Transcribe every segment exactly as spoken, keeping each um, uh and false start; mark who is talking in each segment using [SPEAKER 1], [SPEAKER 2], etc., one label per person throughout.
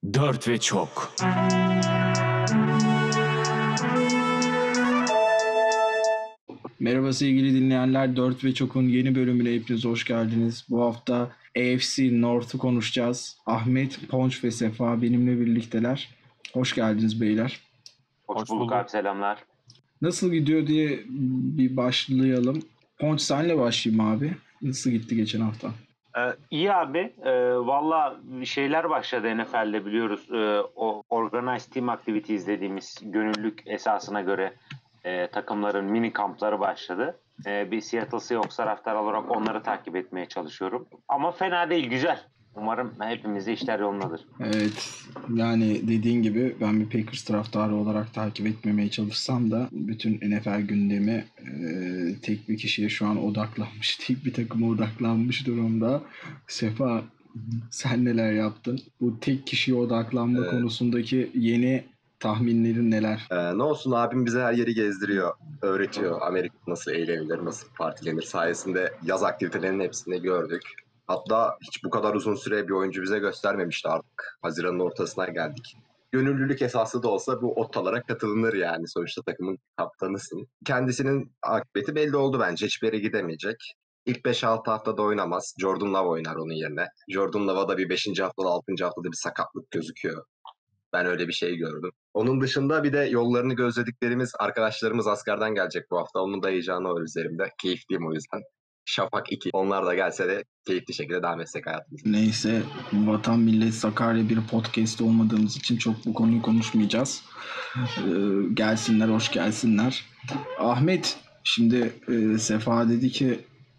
[SPEAKER 1] Dört ve çok.
[SPEAKER 2] Merhaba sevgili dinleyenler. Dört ve Çok'un yeni bölümüne hepiniz hoş geldiniz. Bu hafta A F C North'u konuşacağız. Ahmet, Ponç ve Sefa benimle birlikteler. Hoş geldiniz beyler.
[SPEAKER 3] Hoş,
[SPEAKER 4] Hoş
[SPEAKER 3] bulduk,
[SPEAKER 4] bulduk
[SPEAKER 3] abi, selamlar.
[SPEAKER 2] Nasıl gidiyor diye bir başlayalım. Ponç senle başlayayım abi. Nasıl gitti geçen hafta?
[SPEAKER 3] Ee, iyi abi. Ee, Valla şeyler başladı N F L'de biliyoruz. Ee, o Organized Team Activities dediğimiz gönüllülük esasına göre e, takımların mini kampları başladı. Ee, bir Seattle Seahawks taraftarı olarak onları takip etmeye çalışıyorum. Ama fena değil, güzel. Umarım hepimizde işler yolundadır.
[SPEAKER 2] Evet, yani dediğin gibi ben bir Packers taraftarı olarak takip etmemeye çalışsam da bütün N F L gündemi e, tek bir kişiye şu an odaklanmış, tek bir takıma odaklanmış durumda. Sefa, sen neler yaptın? Bu tek kişiye odaklanma
[SPEAKER 4] Ee,
[SPEAKER 2] konusundaki yeni tahminlerin neler?
[SPEAKER 4] e, ne olsun abim bize her yeri gezdiriyor, öğretiyor. Amerika nasıl eğlenilir, nasıl partilenir sayesinde yaz aktivitelerinin hepsini gördük. Hatta hiç bu kadar uzun süre bir oyuncu bize göstermemişti artık. Haziran'ın ortasına geldik. Gönüllülük esaslı da olsa bu ottalara katılınır yani. Sonuçta takımın kaptanısın. Kendisinin akıbeti belli oldu bence. Hiçbir yere gidemeyecek. İlk beş altı haftada oynamaz. Jordan Love oynar onun yerine. Jordan Love'a da bir beşinci haftada altıncı haftada bir sakatlık gözüküyor. Ben öyle bir şey gördüm. Onun dışında bir de yollarını gözlediklerimiz arkadaşlarımız askerden gelecek bu hafta. Onun da heyecanı var üzerimde. Keyifliyim o yüzden. Şafak iki. Onlar da gelse de keyifli şekilde devam etsek hayatımıza.
[SPEAKER 2] Neyse, Vatan Millet Sakarya bir podcast olmadığımız için çok bu konuyu konuşmayacağız. Ee, gelsinler, hoş gelsinler. Ahmet, şimdi e, Sefa dedi ki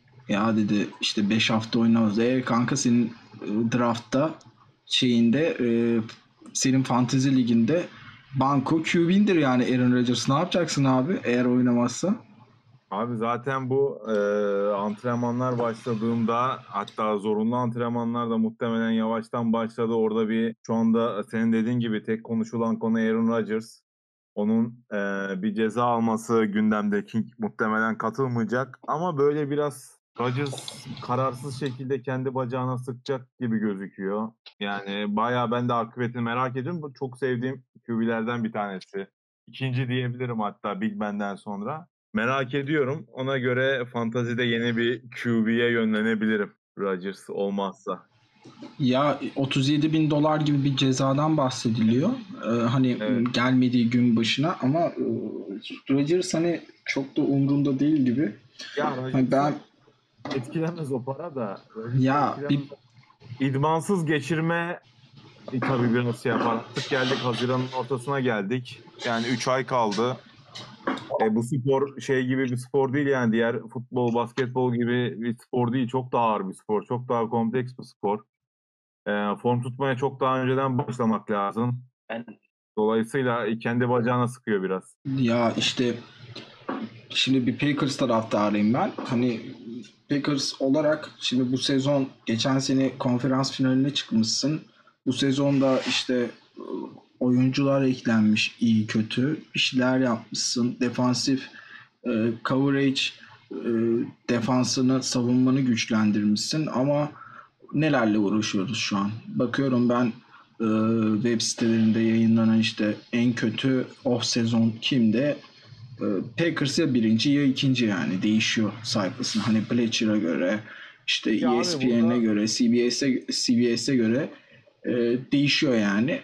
[SPEAKER 2] ya dedi işte beş hafta oynamaz. E kanka senin e, draftta şeyinde e, senin fantezi liginde banko Q B'indir yani Aaron Rodgers. Ne yapacaksın abi eğer oynamazsa?
[SPEAKER 5] Abi zaten bu e, antrenmanlar başladığında, hatta zorunlu antrenmanlar da muhtemelen yavaştan başladı. Orada bir, şu anda senin dediğin gibi tek konuşulan konu Aaron Rodgers. Onun e, bir ceza alması gündemde. King muhtemelen katılmayacak. Ama böyle biraz Rodgers kararsız şekilde kendi bacağına sıkacak gibi gözüküyor. Yani bayağı ben de akıbetini merak ediyorum. Bu çok sevdiğim Q B'lerden bir tanesi. İkinci diyebilirim hatta Big Ben'den sonra. Merak ediyorum. Ona göre fantazide yeni bir Q B'ye yönlenebilirim. Rodgers olmazsa.
[SPEAKER 2] Ya otuz yedi bin dolar gibi bir cezadan bahsediliyor. Ee, hani
[SPEAKER 5] Evet.
[SPEAKER 2] gelmediği gün başına ama e, Rodgers hani çok da umrunda değil gibi.
[SPEAKER 5] Ya
[SPEAKER 2] Hani ben
[SPEAKER 5] etkilemez o para da.
[SPEAKER 2] ya bir
[SPEAKER 5] İdmansız geçirme e, tabii biraz şey yapar. Artık geldik, Haziran'ın ortasına geldik. Yani üç ay kaldı. E, bu spor şey gibi bir spor değil yani, diğer futbol, basketbol gibi bir spor değil. Çok daha ağır bir spor. Çok daha kompleks bir spor. E, form tutmaya çok daha önceden başlamak lazım.
[SPEAKER 3] Ben
[SPEAKER 5] Dolayısıyla kendi bacağına sıkıyor biraz.
[SPEAKER 2] ya işte şimdi bir Packers taraftarıyım ben. Hani Packers olarak şimdi bu sezon geçen sene konferans finaline çıkmışsın. Bu sezonda işte e, oyuncular eklenmiş iyi kötü. Bir şeyler yapmışsın. Defansif e, coverage e, defansını, savunmanı güçlendirmişsin ama nelerle uğraşıyoruz şu an? Bakıyorum ben e, web sitelerinde yayınlanan işte en kötü off sezon kimde? E, Packers ya birinci ya ikinci yani değişiyor sayfasını. Hani Bleacher'a göre işte
[SPEAKER 5] Ya abi
[SPEAKER 2] E S P N'e
[SPEAKER 5] burada
[SPEAKER 2] göre C B S'e C B S'e göre e, değişiyor yani.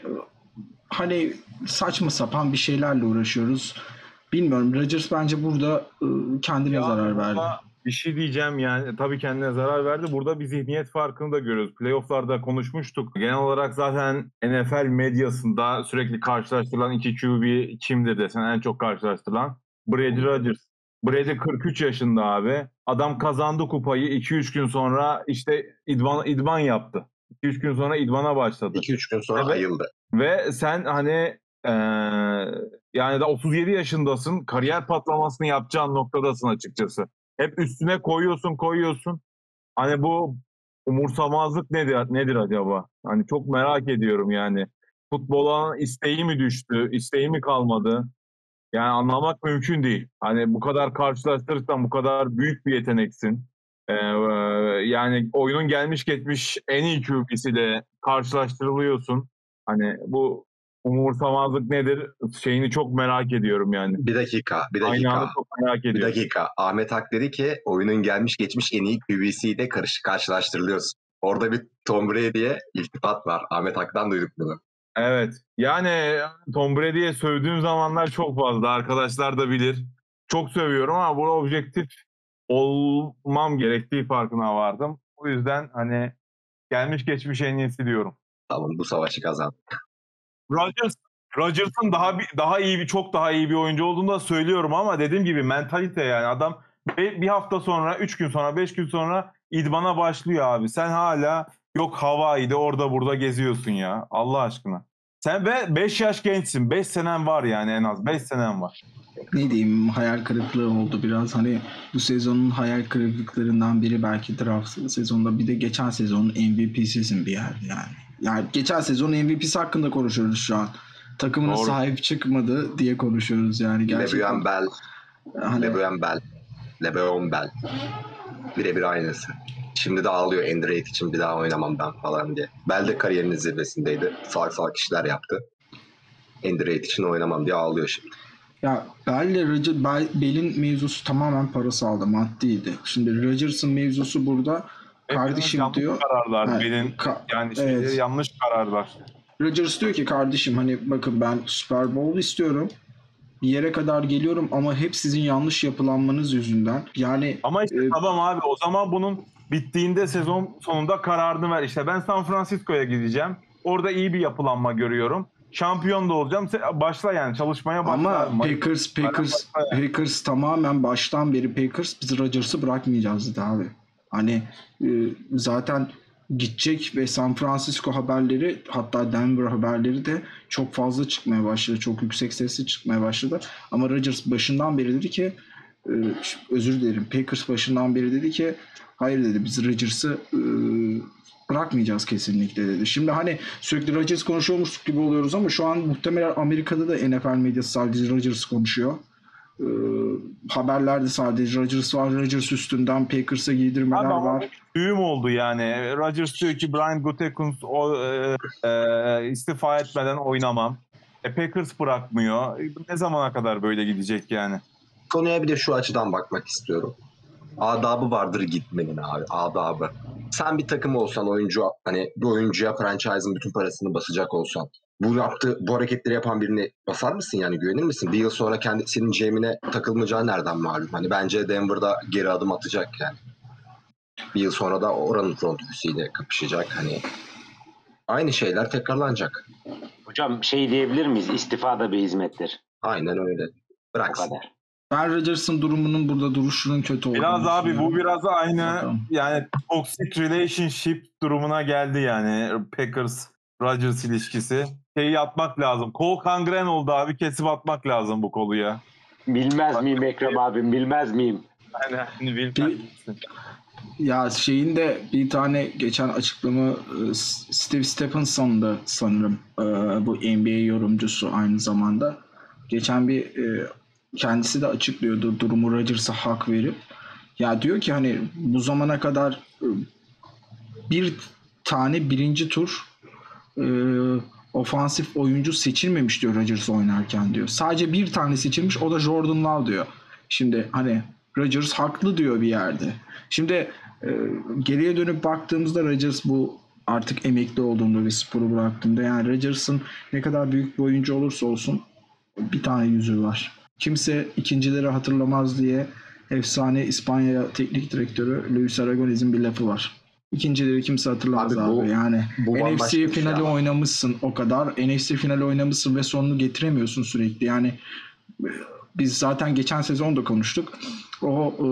[SPEAKER 2] Hani saçma sapan bir şeylerle uğraşıyoruz. Bilmiyorum. Rodgers bence burada e, kendine
[SPEAKER 5] Ya
[SPEAKER 2] zarar verdi.
[SPEAKER 5] burada bir şey diyeceğim yani, tabii kendine zarar verdi. Burada bir zihniyet farkını da görüyoruz. Playoff'larda konuşmuştuk. Genel olarak zaten N F L medyasında sürekli karşılaştırılan iki Q B kimdir desen en çok karşılaştırılan Brady Rodgers. Brady kırk üç yaşında abi. Adam kazandı kupayı. iki üç gün sonra işte idman, idman yaptı. iki üç gün sonra idmana başladı.
[SPEAKER 4] iki üç gün sonra
[SPEAKER 5] Evet.
[SPEAKER 4] ayıldı.
[SPEAKER 5] Ve sen hani eee, yani da otuz yedi yaşındasın, kariyer patlamasını yapacağın noktadasın açıkçası. Hep üstüne koyuyorsun koyuyorsun. Hani bu umursamazlık nedir nedir acaba? Hani çok merak ediyorum yani. Futbola isteği mi düştü, isteği mi kalmadı? Yani anlamak mümkün değil. Hani bu kadar karşılaştırırsan bu kadar büyük bir yeteneksin. Ee, yani oyunun gelmiş geçmiş en iyi Q B'siyle karşılaştırılıyorsun. Hani bu umursamazlık nedir şeyini çok merak ediyorum yani.
[SPEAKER 4] Bir dakika, bir dakika.
[SPEAKER 5] Aynı anda çok merak
[SPEAKER 4] Bir
[SPEAKER 5] ediyorum.
[SPEAKER 4] dakika. Ahmet Hak dedi ki oyunun gelmiş geçmiş en iyi Q B C ile karış karşılaştırılıyoruz. Orada bir Tom Brady'ye iltifat var. Ahmet Hak'tan duyduk bunu.
[SPEAKER 5] Evet. Yani Tom Brady'ye sövdüğüm zamanlar çok fazla. Arkadaşlar da bilir. Çok sövüyorum ama bu objektif olmam gerektiği farkına vardım. O yüzden hani gelmiş geçmiş en iyisi diyorum.
[SPEAKER 4] Tamam, bu savaşı kazandı.
[SPEAKER 5] Rodgers, Rodgers'ın daha bir, daha iyi bir çok daha iyi bir oyuncu olduğunu da söylüyorum ama dediğim gibi mentalite yani adam bir hafta sonra, üç gün sonra, beş gün sonra idmana başlıyor abi. Sen hala yok Hawaii'de orada burada geziyorsun ya. Allah aşkına. Sen ve beş yaş gençsin. beş senen var yani en az. beş senen var.
[SPEAKER 2] Ne diyeyim, hayal kırıklığı oldu biraz. Hani bu sezonun hayal kırıklıklarından biri belki draft sezonunda, bir de geçen sezonun M V P'sisin bir yerde yani. Yani geçen sezonun M V P'si hakkında konuşuyoruz şu an. Takımına
[SPEAKER 5] Doğru.
[SPEAKER 2] sahip çıkmadı diye konuşuyoruz yani gerçekten.
[SPEAKER 4] Le'Veon Bell,
[SPEAKER 2] Hani
[SPEAKER 4] Le'Veon Bell, Le'Veon Bell. Birebir aynısı. Şimdi de ağlıyor Andrew için bir daha oynamam ben falan diye. Bell de kariyerinin zirvesindeydi. Salak salak işler yaptı. Andrew için oynamam diye ağlıyor şimdi.
[SPEAKER 2] ya Bell'le Rodgers, Bell, Bell'in mevzusu tamamen parasaldı, maddiydi. Şimdi Rodgers'ın mevzusu burada kardeşim
[SPEAKER 5] yanlış
[SPEAKER 2] diyor.
[SPEAKER 5] kararlar.
[SPEAKER 2] Ha,
[SPEAKER 5] Benim
[SPEAKER 2] ka-
[SPEAKER 5] yani şeyleri
[SPEAKER 2] evet.
[SPEAKER 5] yanlış kararlar.
[SPEAKER 2] Rodgers diyor ki kardeşim hani bakın ben Super Bowl istiyorum. Bir yere kadar geliyorum ama hep sizin yanlış yapılanmanız yüzünden. Yani
[SPEAKER 5] Ama işte
[SPEAKER 2] e,
[SPEAKER 5] tamam abi o zaman bunun bittiğinde sezon sonunda kararını ver. İşte ben San Francisco'ya gideceğim. Orada iyi bir yapılanma görüyorum. Şampiyon da olacağım. Sen- Başla yani çalışmaya başla.
[SPEAKER 2] ama
[SPEAKER 5] abi.
[SPEAKER 2] Packers Packers Packers tamamen baştan beri Packers biz Rodgers'ı bırakmayacağız dedi abi. Hani e, zaten gidecek ve San Francisco haberleri, hatta Denver haberleri de çok fazla çıkmaya başladı. Çok yüksek sesli çıkmaya başladı. Ama Rodgers başından beri dedi ki e, özür dilerim, Packers başından beri dedi ki hayır dedi, biz Rodgers'ı e, bırakmayacağız kesinlikle dedi. Şimdi hani sürekli Rodgers konuşuyormuş gibi oluyoruz ama şu an muhtemelen Amerika'da da N F L medyası sadece Rodgers konuşuyor. Ee, haberlerde sadece Rodgers var. Rodgers üstünden Packers'a giydirmeler
[SPEAKER 5] Abi ama
[SPEAKER 2] var.
[SPEAKER 5] düğüm oldu yani. Rodgers diyor ki Brian Gutekunst o, e, e, istifa etmeden oynamam. E, Packers bırakmıyor. E, Ne zamana kadar böyle gidecek yani?
[SPEAKER 4] Konuya bir de şu açıdan bakmak istiyorum. Adabı vardır gitmenin abi. Adabı. Sen bir takım olsan, oyuncu hani bir oyuncuya franchise'ın bütün parasını basacak olsan, bu yaptığı bu hareketleri yapan birini basar mısın yani, güvenir misin? Bir yıl sonra kendi senin cebine takılmayacağı nereden malum? Hani bence Denver'da geri adım atacak yani. Bir yıl sonra da oranın front ofisiyle kapışacak. Hani aynı şeyler tekrarlanacak.
[SPEAKER 3] Hocam şey diyebilir miyiz? İstifa da bir hizmettir.
[SPEAKER 4] Aynen öyle.
[SPEAKER 3] O
[SPEAKER 4] Bıraksın.
[SPEAKER 3] kadar.
[SPEAKER 2] Ben Rodgers'ın durumunun burada duruşunun kötü olduğunu
[SPEAKER 5] Biraz abi bu
[SPEAKER 2] düşünüyorum.
[SPEAKER 5] biraz aynı
[SPEAKER 2] Bakalım.
[SPEAKER 5] yani toxic relationship durumuna geldi yani Packers Rodgers ilişkisi. Şeyi atmak lazım. Kol kangren oldu abi, kesip atmak lazım bu kolu ya.
[SPEAKER 3] Bilmez miyim Ekrem abim? Bilmez miyim?
[SPEAKER 5] Yani hani bilmem
[SPEAKER 2] Bir-
[SPEAKER 5] misin?
[SPEAKER 2] Ya şeyin de bir tane geçen açıklama, e, Steve Stephenson'da sanırım, e, bu N B A yorumcusu aynı zamanda. Geçen bir e, kendisi de açıklıyordu durumu, Rodgers'a hak verip. Ya diyor ki hani bu zamana kadar e, bir tane birinci tur e, ofansif oyuncu seçilmemiş diyor Rodgers oynarken diyor. Sadece bir tane seçilmiş, o da Jordan Love diyor. Şimdi hani Rodgers haklı diyor bir yerde. Şimdi e, geriye dönüp baktığımızda Rodgers bu artık emekli olduğunda ve sporu bıraktığında, yani Rodgers'ın ne kadar büyük bir oyuncu olursa olsun bir tane yüzüğü var. Kimse ikincileri hatırlamaz diye efsane İspanya teknik direktörü Luis Aragonés'in bir lafı var. İkincileri kimse hatırlamaz
[SPEAKER 4] Abi
[SPEAKER 2] abi.
[SPEAKER 4] bu-
[SPEAKER 2] Yani
[SPEAKER 4] bu
[SPEAKER 2] N F
[SPEAKER 4] bambaşka
[SPEAKER 2] C
[SPEAKER 4] bir şey
[SPEAKER 2] finali
[SPEAKER 4] ama.
[SPEAKER 2] oynamışsın o kadar. N F C finali oynamışsın ve sonunu getiremiyorsun sürekli. Yani e, biz zaten geçen sezon da konuştuk. O e,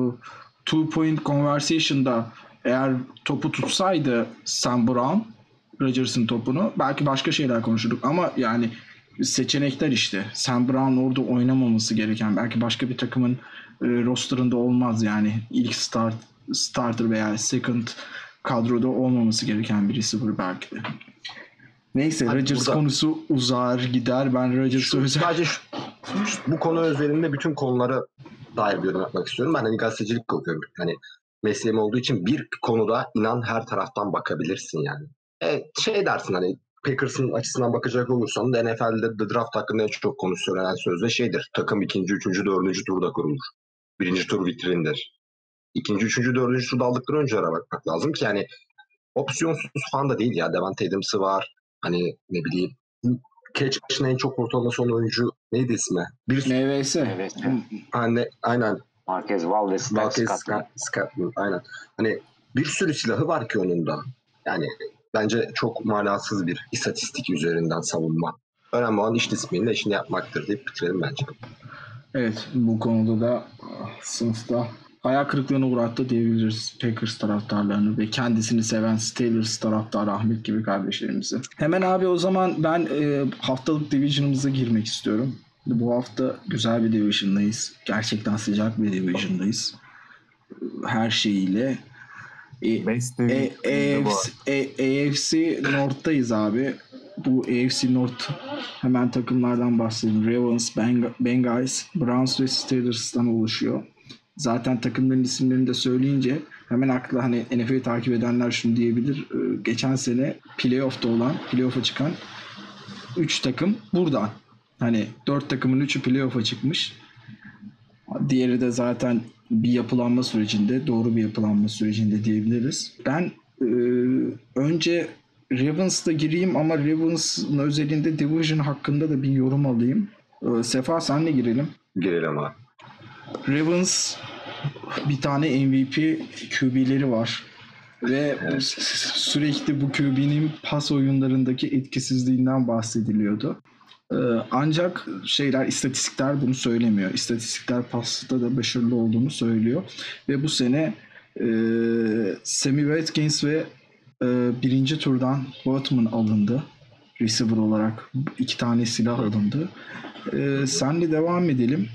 [SPEAKER 2] two point conversation'da eğer topu tutsaydı Sam Brown, Rodgers'ın topunu, belki başka şeyler konuşurduk ama yani seçenekler işte. Sam Brown orada oynamaması gereken, belki başka bir takımın e, rosterında olmaz yani. İlk start starter veya second kadroda olmaması gereken birisi bu belki de. Neyse,
[SPEAKER 4] Hadi
[SPEAKER 2] Rodgers
[SPEAKER 4] burada-
[SPEAKER 2] konusu uzar gider. Ben Rodgers'ı
[SPEAKER 4] Şu,
[SPEAKER 2] özel...
[SPEAKER 4] sadece şu, şu- bu konu özelinde bütün konulara dair bir yorum yapmak istiyorum. Ben hani gazetecilik okuyorum. Hani mesleğim olduğu için bir konuda inan her taraftan bakabilirsin yani. E, şey dersin hani Packers'ın açısından bakacak olursan da N F L'de de draft hakkında en çok konu söylenen sözde şeydir. Takım ikinci, üçüncü, dördüncü turda kurulur. Birinci tur vitrindir. İkinci, üçüncü, dördüncü turda aldıkları oyunculara bakmak lazım ki yani opsiyonsuz falan da değil ya. Devante Adams'ı var. Hani ne bileyim catch başına en çok ortalaması olan oyuncu neydi ismi? Bir
[SPEAKER 2] M V S.
[SPEAKER 3] Evet.
[SPEAKER 4] Anne, aynen.
[SPEAKER 3] Marquez Valdez,
[SPEAKER 4] Marquez
[SPEAKER 3] Scotland.
[SPEAKER 4] Scotland, aynen. Hani bir sürü silahı var ki onun da. Yani bence çok manasız bir istatistik üzerinden savunma. Önemli olan iş disipliniyle işini yapmaktır deyip bitirelim bence.
[SPEAKER 2] Evet, bu konuda da ah, sınıfta hayal kırıklığına uğrattı diyebiliriz Packers taraftarlarını ve kendisini seven Steelers taraftarı Ahmet gibi kardeşlerimizi. Hemen abi o zaman ben e, haftalık division'ımıza girmek istiyorum. Bu hafta güzel bir division'dayız. Gerçekten sıcak bir division'dayız. Her şeyiyle. E,
[SPEAKER 5] Best
[SPEAKER 2] E-
[SPEAKER 5] division bu.
[SPEAKER 2] AFC, E- AFC North'tayız abi. Bu A F C North hemen takımlardan bahsedeyim. Ravens, Beng- Bengals, Browns ve Steelers'tan oluşuyor. Zaten takımların isimlerini de söyleyince hemen akla hani N F L takip edenler şunu diyebilir. Ee, Geçen sene playoff'ta olan, playoff'a çıkan üç takım buradan. Hani dört takımın üçü playoff'a çıkmış. Diğeri de zaten bir yapılanma sürecinde, doğru bir yapılanma sürecinde diyebiliriz. Ben e, önce Ravens'ta gireyim ama Ravens'ın özelinde Division hakkında da bir yorum alayım. E, Sefa senle girelim.
[SPEAKER 4] Girelim abi.
[SPEAKER 2] Ravens bir tane M V P Q B'leri var. Ve bu, sürekli bu Q B'nin pas oyunlarındaki etkisizliğinden bahsediliyordu. Ee, ancak şeyler, istatistikler bunu söylemiyor. İstatistikler pasta da başarılı olduğunu söylüyor. Ve bu sene e, Sammy Watkins ve e, birinci turdan Botman alındı. Receiver olarak iki tane silah alındı. E, senle devam edelim.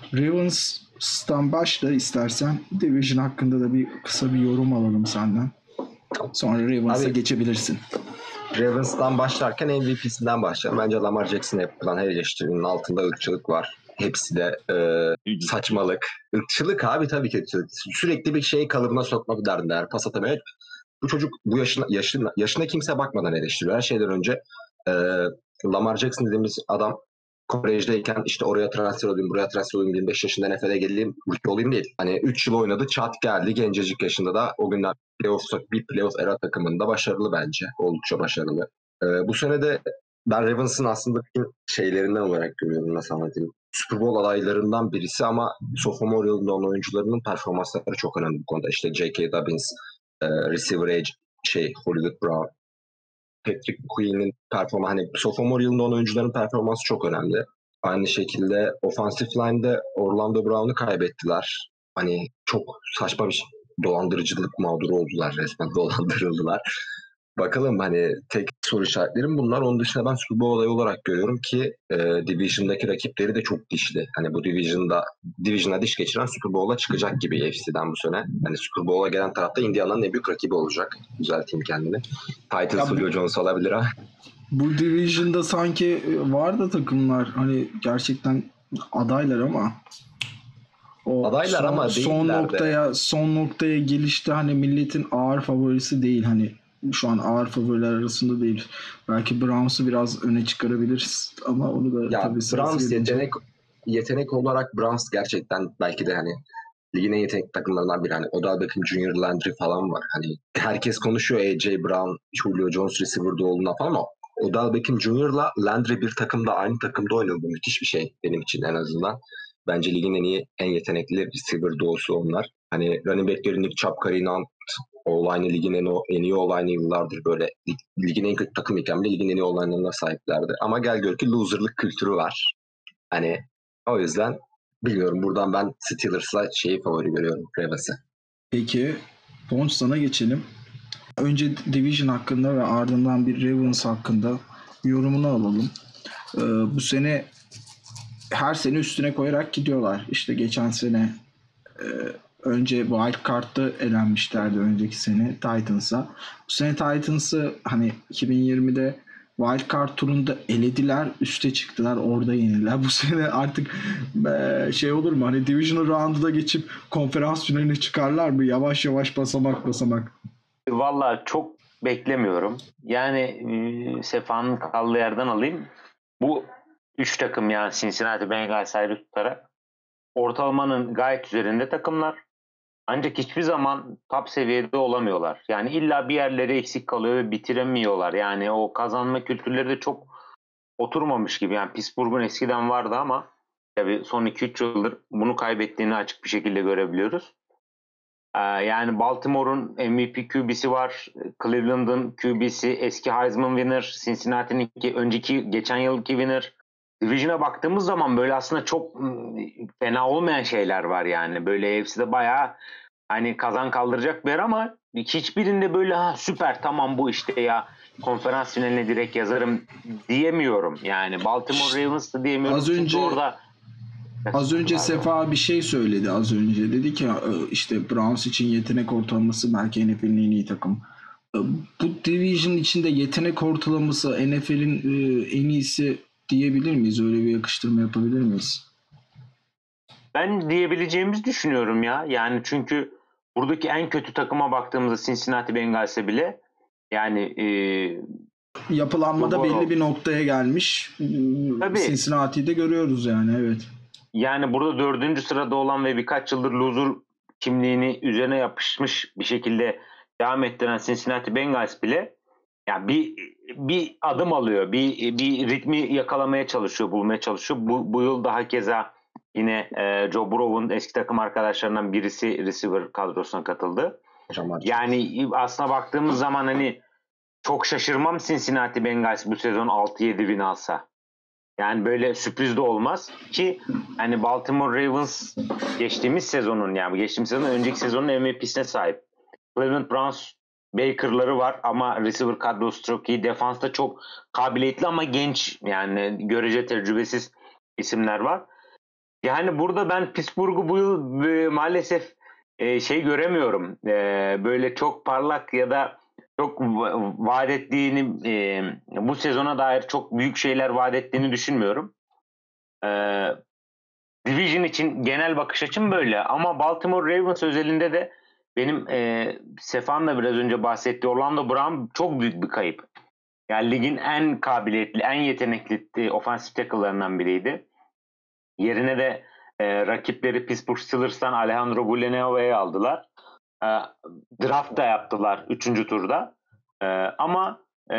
[SPEAKER 2] Ravens'tan başla istersen. Division hakkında da bir kısa bir yorum alalım senden. Sonra Ravens'a
[SPEAKER 4] Abi-
[SPEAKER 2] geçebilirsin.
[SPEAKER 4] Ravens'tan başlarken M V P'sinden başlayalım. Bence Lamar Jackson'a yapılan her eleştirinin altında ırkçılık var. Hepsi de e, saçmalık. Irkçılık abi, tabii ki ırkçılık. Sürekli bir şeyi kalıbına sokmak derdinde. Pas atamıyor. Bu çocuk bu yaşına, yaşına, yaşına kimse bakmadan eleştiriyor. Her şeyden önce e, Lamar Jackson dediğimiz adam kolejdeyken işte oraya transfer olayım, buraya transfer olayım, yirmi beş yaşında N F L'e geleyim, rookie olayım değil. Hani üç yıl oynadı, çat geldi. Gencecik yaşında da o günler playoff, bir playoff era takımında başarılı bence. Oldukça başarılı. Ee, bu sene de ben Ravens'ın aslında şeylerinden olarak görüyorum, nasıl anlatayım. Super Bowl adaylarından birisi ama sophomore yılında olan oyuncularının performansları çok önemli bu konuda. İşte J K. Dobbins, e, receiver age, şey Hollywood Brown, Patrick Queen'in performansı, hani sophomore yılında olan oyuncuların performansı çok önemli. Aynı şekilde offensive line'de Orlando Brown'u kaybettiler. Hani çok saçma bir şey. Dolandırıcılık mağduru oldular, resmen dolandırıldılar. Bakalım, hani tek soru işaretlerim bunlar. Onun dışında ben Super Bowl adayı olarak görüyorum ki e, Division'daki rakipleri de çok dişli. Hani bu Division'da Division'a diş geçiren Super Bowl'a çıkacak gibi A F C'den bu sene. Hani Super Bowl'a gelen tarafta Indiana'nın en büyük rakibi olacak. Düzelteyim kendini. Titans
[SPEAKER 2] Ya bu-
[SPEAKER 4] Julio Jones olabilir ha.
[SPEAKER 2] Bu Division'da sanki var da takımlar hani gerçekten adaylar ama o
[SPEAKER 4] Adaylar
[SPEAKER 2] son,
[SPEAKER 4] ama
[SPEAKER 2] son
[SPEAKER 4] değiller de.
[SPEAKER 2] noktaya son noktaya gelişte hani milletin ağır favorisi değil, hani şu an ağır favoriler arasında değil. Belki Browns'u biraz öne çıkarabiliriz ama onu da
[SPEAKER 4] Ya
[SPEAKER 2] tabii sırası
[SPEAKER 4] Browns
[SPEAKER 2] gelince-
[SPEAKER 4] yetenek yetenek olarak Browns gerçekten belki de hani ligin en yetenekli takımlarından biri. Hani Odell Beckham Junior, Landry falan var. Hani herkes konuşuyor A J Brown, Julio Jones receiver'da olduğuna falan ama Odell Beckham Junior'la Landry bir takımda, aynı takımda oynadı. Bu müthiş bir şey benim için en azından. Bence ligin en iyi, en yetenekli receiver doğusu onlar. Hani running back'leri Nick Chubb, Kareem Hunt, O-line'ı ligin en, o- en iyi O-line'ı yıllardır böyle lig- ligin en kötü takım iken bile ligin en iyi O-line'larına sahiplerdi. Ama gel gör ki loser'lık kültürü var. Hani o yüzden bilmiyorum, buradan ben Steelers'la şeyi favori görüyorum, Ravens'ı.
[SPEAKER 2] Peki Ponç, sana geçelim. Önce Division hakkında ve ardından bir Ravens hakkında yorumunu alalım. Ee, bu sene her sene üstüne koyarak gidiyorlar. İşte geçen sene e, önce Wild Card'da elenmişlerdi önceki sene Titans'a. Bu sene Titans'ı hani iki bin yirmide Wild Card turunda elediler, üste çıktılar, orada yenildiler. Bu sene artık e, şey olur mu? Hani Divisional Round'da geçip konferans finaline çıkarlar mı? Yavaş yavaş basamak basamak.
[SPEAKER 3] Valla çok beklemiyorum. Yani e, Sefa'nın kaldığı yerden alayım. Bu üç takım yani Cincinnati Bengals ayrı tutarak ortalamanın gayet üzerinde takımlar. Ancak hiçbir zaman top seviyede olamıyorlar. Yani illa bir yerleri eksik kalıyor ve bitiremiyorlar. Yani o kazanma kültürleri de çok oturmamış gibi. Yani Pittsburgh'un eskiden vardı ama tabii son iki üç yıldır bunu kaybettiğini açık bir şekilde görebiliyoruz. Ee, yani Baltimore'un M V P Q B'si var. Cleveland'ın Q B'si eski Heisman winner. Cincinnati'nin ki önceki geçen yılki winner. Division'a baktığımız zaman böyle aslında çok ım, fena olmayan şeyler var yani. Böyle hepsi de bayağı hani kazan kaldıracak bir yer ama hiçbirinde böyle ha süper tamam bu işte ya konferans finaline direkt yazarım diyemiyorum. Yani Baltimore Ravens da diyemiyorum.
[SPEAKER 2] Az
[SPEAKER 3] Çünkü
[SPEAKER 2] önce
[SPEAKER 3] orada
[SPEAKER 2] Az önce Sefa bir şey söyledi az önce. Dedi ki "E, işte Browns için yetenek ortalaması belki N F L'in en iyi takım. E, Bu division içinde yetenek ortalaması N F L'in e, en iyisi diyebilir miyiz? Öyle bir yakıştırma yapabilir miyiz?
[SPEAKER 3] ben diyebileceğimizi düşünüyorum ya. Yani çünkü buradaki en kötü takıma baktığımızda Cincinnati Bengals'e bile yani e,
[SPEAKER 2] Yapılanmada
[SPEAKER 3] Doğru.
[SPEAKER 2] belli bir noktaya gelmiş. E,
[SPEAKER 3] Tabii.
[SPEAKER 2] Cincinnati'yi de görüyoruz yani, evet.
[SPEAKER 3] yani burada dördüncü sırada olan ve birkaç yıldır loser kimliğini üzerine yapışmış bir şekilde devam ettiren Cincinnati Bengals bile yani bir bir adım alıyor. Bir bir ritmi yakalamaya çalışıyor, bulmaya çalışıyor. Bu, bu yıl daha keza yine e, Joe Burrow'un eski takım arkadaşlarından birisi receiver kadrosuna katıldı.
[SPEAKER 4] Hocam
[SPEAKER 3] Yani aslına baktığımız zaman hani çok şaşırmam Cincinnati Bengals bu sezon altı yedi win alsa. Yani böyle sürpriz de olmaz ki hani Baltimore Ravens geçtiğimiz sezonun yani geçtiğimiz sezonun önceki sezonun M V P'sine sahip. Cleveland Browns Baker'ları var ama receiver kadrosu çok iyi. Defansta çok kabiliyetli ama genç yani görece tecrübesiz isimler var. Yani burada ben Pittsburgh'u bu yıl e, maalesef e, şey göremiyorum. E, böyle çok parlak ya da çok va- vaat ettiğini e, bu sezona dair çok büyük şeyler vaat ettiğini düşünmüyorum. E, Division için genel bakış açım böyle ama Baltimore Ravens özelinde de benim e, Sefan da biraz önce bahsettiği Orlando Brown çok büyük bir kayıp. Yani ligin en kabiliyetli, en yetenekli e, offensive tackle'larından biriydi. Yerine de e, rakipleri Pittsburgh Steelers'tan Alejandro Villanueva'yı aldılar. E, draft da yaptılar üçüncü turda. E, ama e,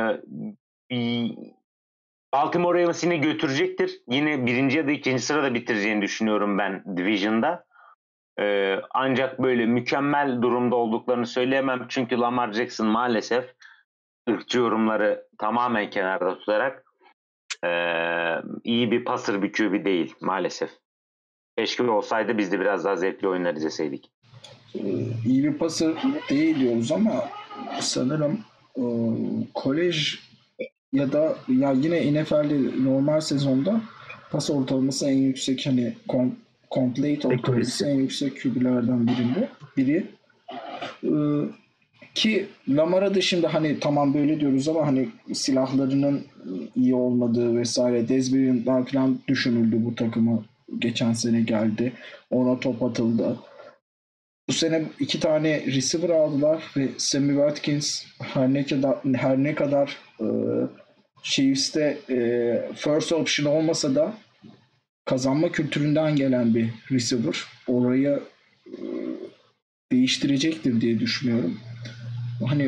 [SPEAKER 3] Baltimore Ravens yine götürecektir. Yine birinci ya da ikinci sırada bitireceğini düşünüyorum ben Division'da. E, ancak böyle mükemmel durumda olduklarını söyleyemem. Çünkü Lamar Jackson maalesef ırkçı yorumları tamamen kenarda tutarak e, iyi bir passer bir Q B değil maalesef. Keşke olsaydı biz de biraz daha zevkli oyunlar izleseydik.
[SPEAKER 2] Ee, iyi bir pası değil diyoruz ama sanırım e, kolej ya da ya yine N F L'de normal sezonda pas ortalaması en yüksek, hani kom, complete ortalaması en yüksek Q B'lerden birinde biri. Ee, Ki Lamar'a da şimdi hani tamam böyle diyoruz ama hani silahlarının iyi olmadığı vesaire, Desmond'dan falan düşünüldü bu takıma, geçen sene geldi. Ona top atıldı. Bu sene iki tane receiver aldılar ve Sammy Watkins her ne kadar her ne kadar e, Chiefs'te e, first option olmasa da kazanma kültüründen gelen bir receiver. Orayı e, değiştirecektir diye düşünüyorum. Hani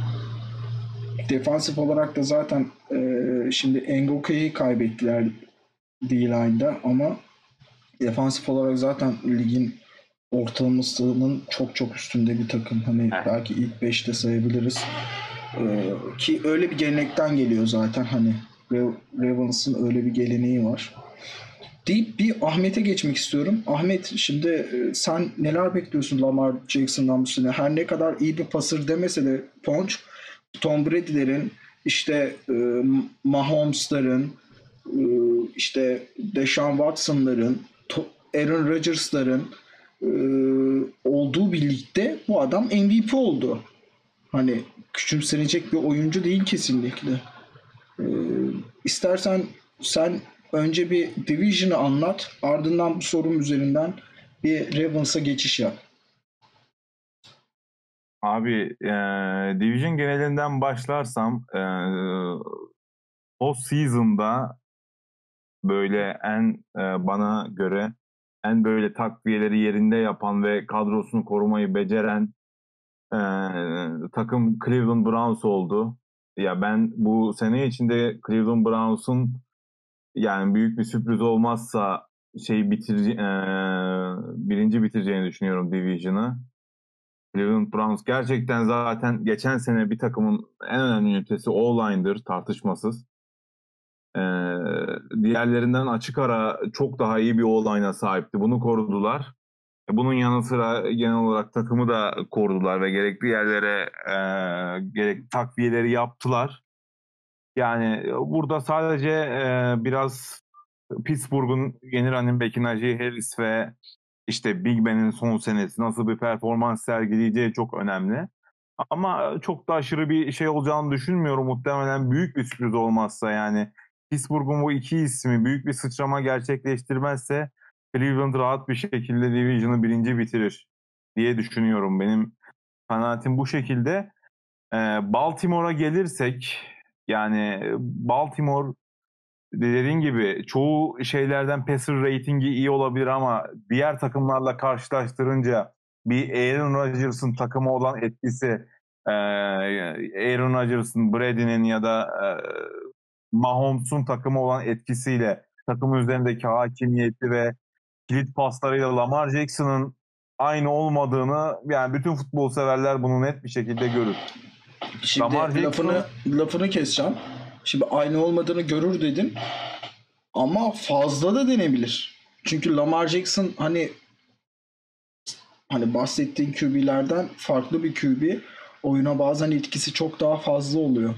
[SPEAKER 2] defansif olarak da zaten e, şimdi Ngoka'yı kaybettiler D-line'da ama defansif olarak zaten ligin ortalamasının çok çok üstünde bir takım. Hani
[SPEAKER 3] Evet.
[SPEAKER 2] belki ilk beşte sayabiliriz. Ee, ki öyle bir gelenekten geliyor zaten, hani Ravens'ın öyle bir geleneği var. Deyip bir Ahmet'e geçmek istiyorum. Ahmet, şimdi e, sen neler bekliyorsun Lamar Jackson'dan bu sene? Her ne kadar iyi bir pasır demese de Ponç, Tom Brady'lerin, işte e, Mahomes'ların, e, işte Deshaun Watson'ların, Aaron Rodgers'ların e, olduğu birlikte bu adam M V P oldu. Hani küçümsenecek bir oyuncu değil kesinlikle. E, istersen sen önce bir Division'ı anlat, ardından bu sorum üzerinden bir Ravens'a geçiş yap.
[SPEAKER 5] Abi e, Division genelinden başlarsam e, post season'da böyle en e, bana göre en böyle takviyeleri yerinde yapan ve kadrosunu korumayı beceren e, takım Cleveland Browns oldu. Ya ben bu sene içinde Cleveland Browns'un yani büyük bir sürpriz olmazsa şey bitir e, birinci bitireceğini düşünüyorum Division'ı. Cleveland Browns gerçekten zaten geçen sene bir takımın en önemli ünitesi O-line'dır tartışmasız. Ee, diğerlerinden açık ara çok daha iyi bir O-line'a sahipti. Bunu korudular. E, Bunun yanı sıra genel olarak takımı da korudular ve gerekli yerlere e, gerek takviyeleri yaptılar. Yani burada sadece e, biraz Pittsburgh'un yeni running back'i Najee Harris ve işte Big Ben'in son senesi nasıl bir performans sergileyeceği çok önemli. Ama çok da aşırı bir şey olacağını düşünmüyorum. Muhtemelen büyük bir sürpriz olmazsa yani Pittsburgh'un bu iki ismi büyük bir sıçrama gerçekleştirmezse Cleveland rahat bir şekilde Division'ı birinci bitirir diye düşünüyorum. Benim kanaatim bu şekilde. Ee, Baltimore'a gelirsek yani Baltimore dediğin gibi çoğu şeylerden passer ratingi iyi olabilir ama diğer takımlarla karşılaştırınca bir Aaron Rodgers'ın takımı olan etkisi e, Aaron Rodgers'ın, Brady'nin ya da e, Mahomes'un takımı olan etkisiyle takımın üzerindeki hakimiyeti ve kilit paslarıyla Lamar Jackson'ın aynı olmadığını yani bütün futbol severler bunu net bir şekilde görür.
[SPEAKER 2] Şimdi
[SPEAKER 5] Lamar Jackson-
[SPEAKER 2] lafını lafını keseceğim. Şimdi aynı olmadığını görür dedin. Ama fazla da denebilir. Çünkü Lamar Jackson hani hani bahsettiğin Q B'lerden farklı bir Q B. Oyuna bazen etkisi çok daha fazla oluyor.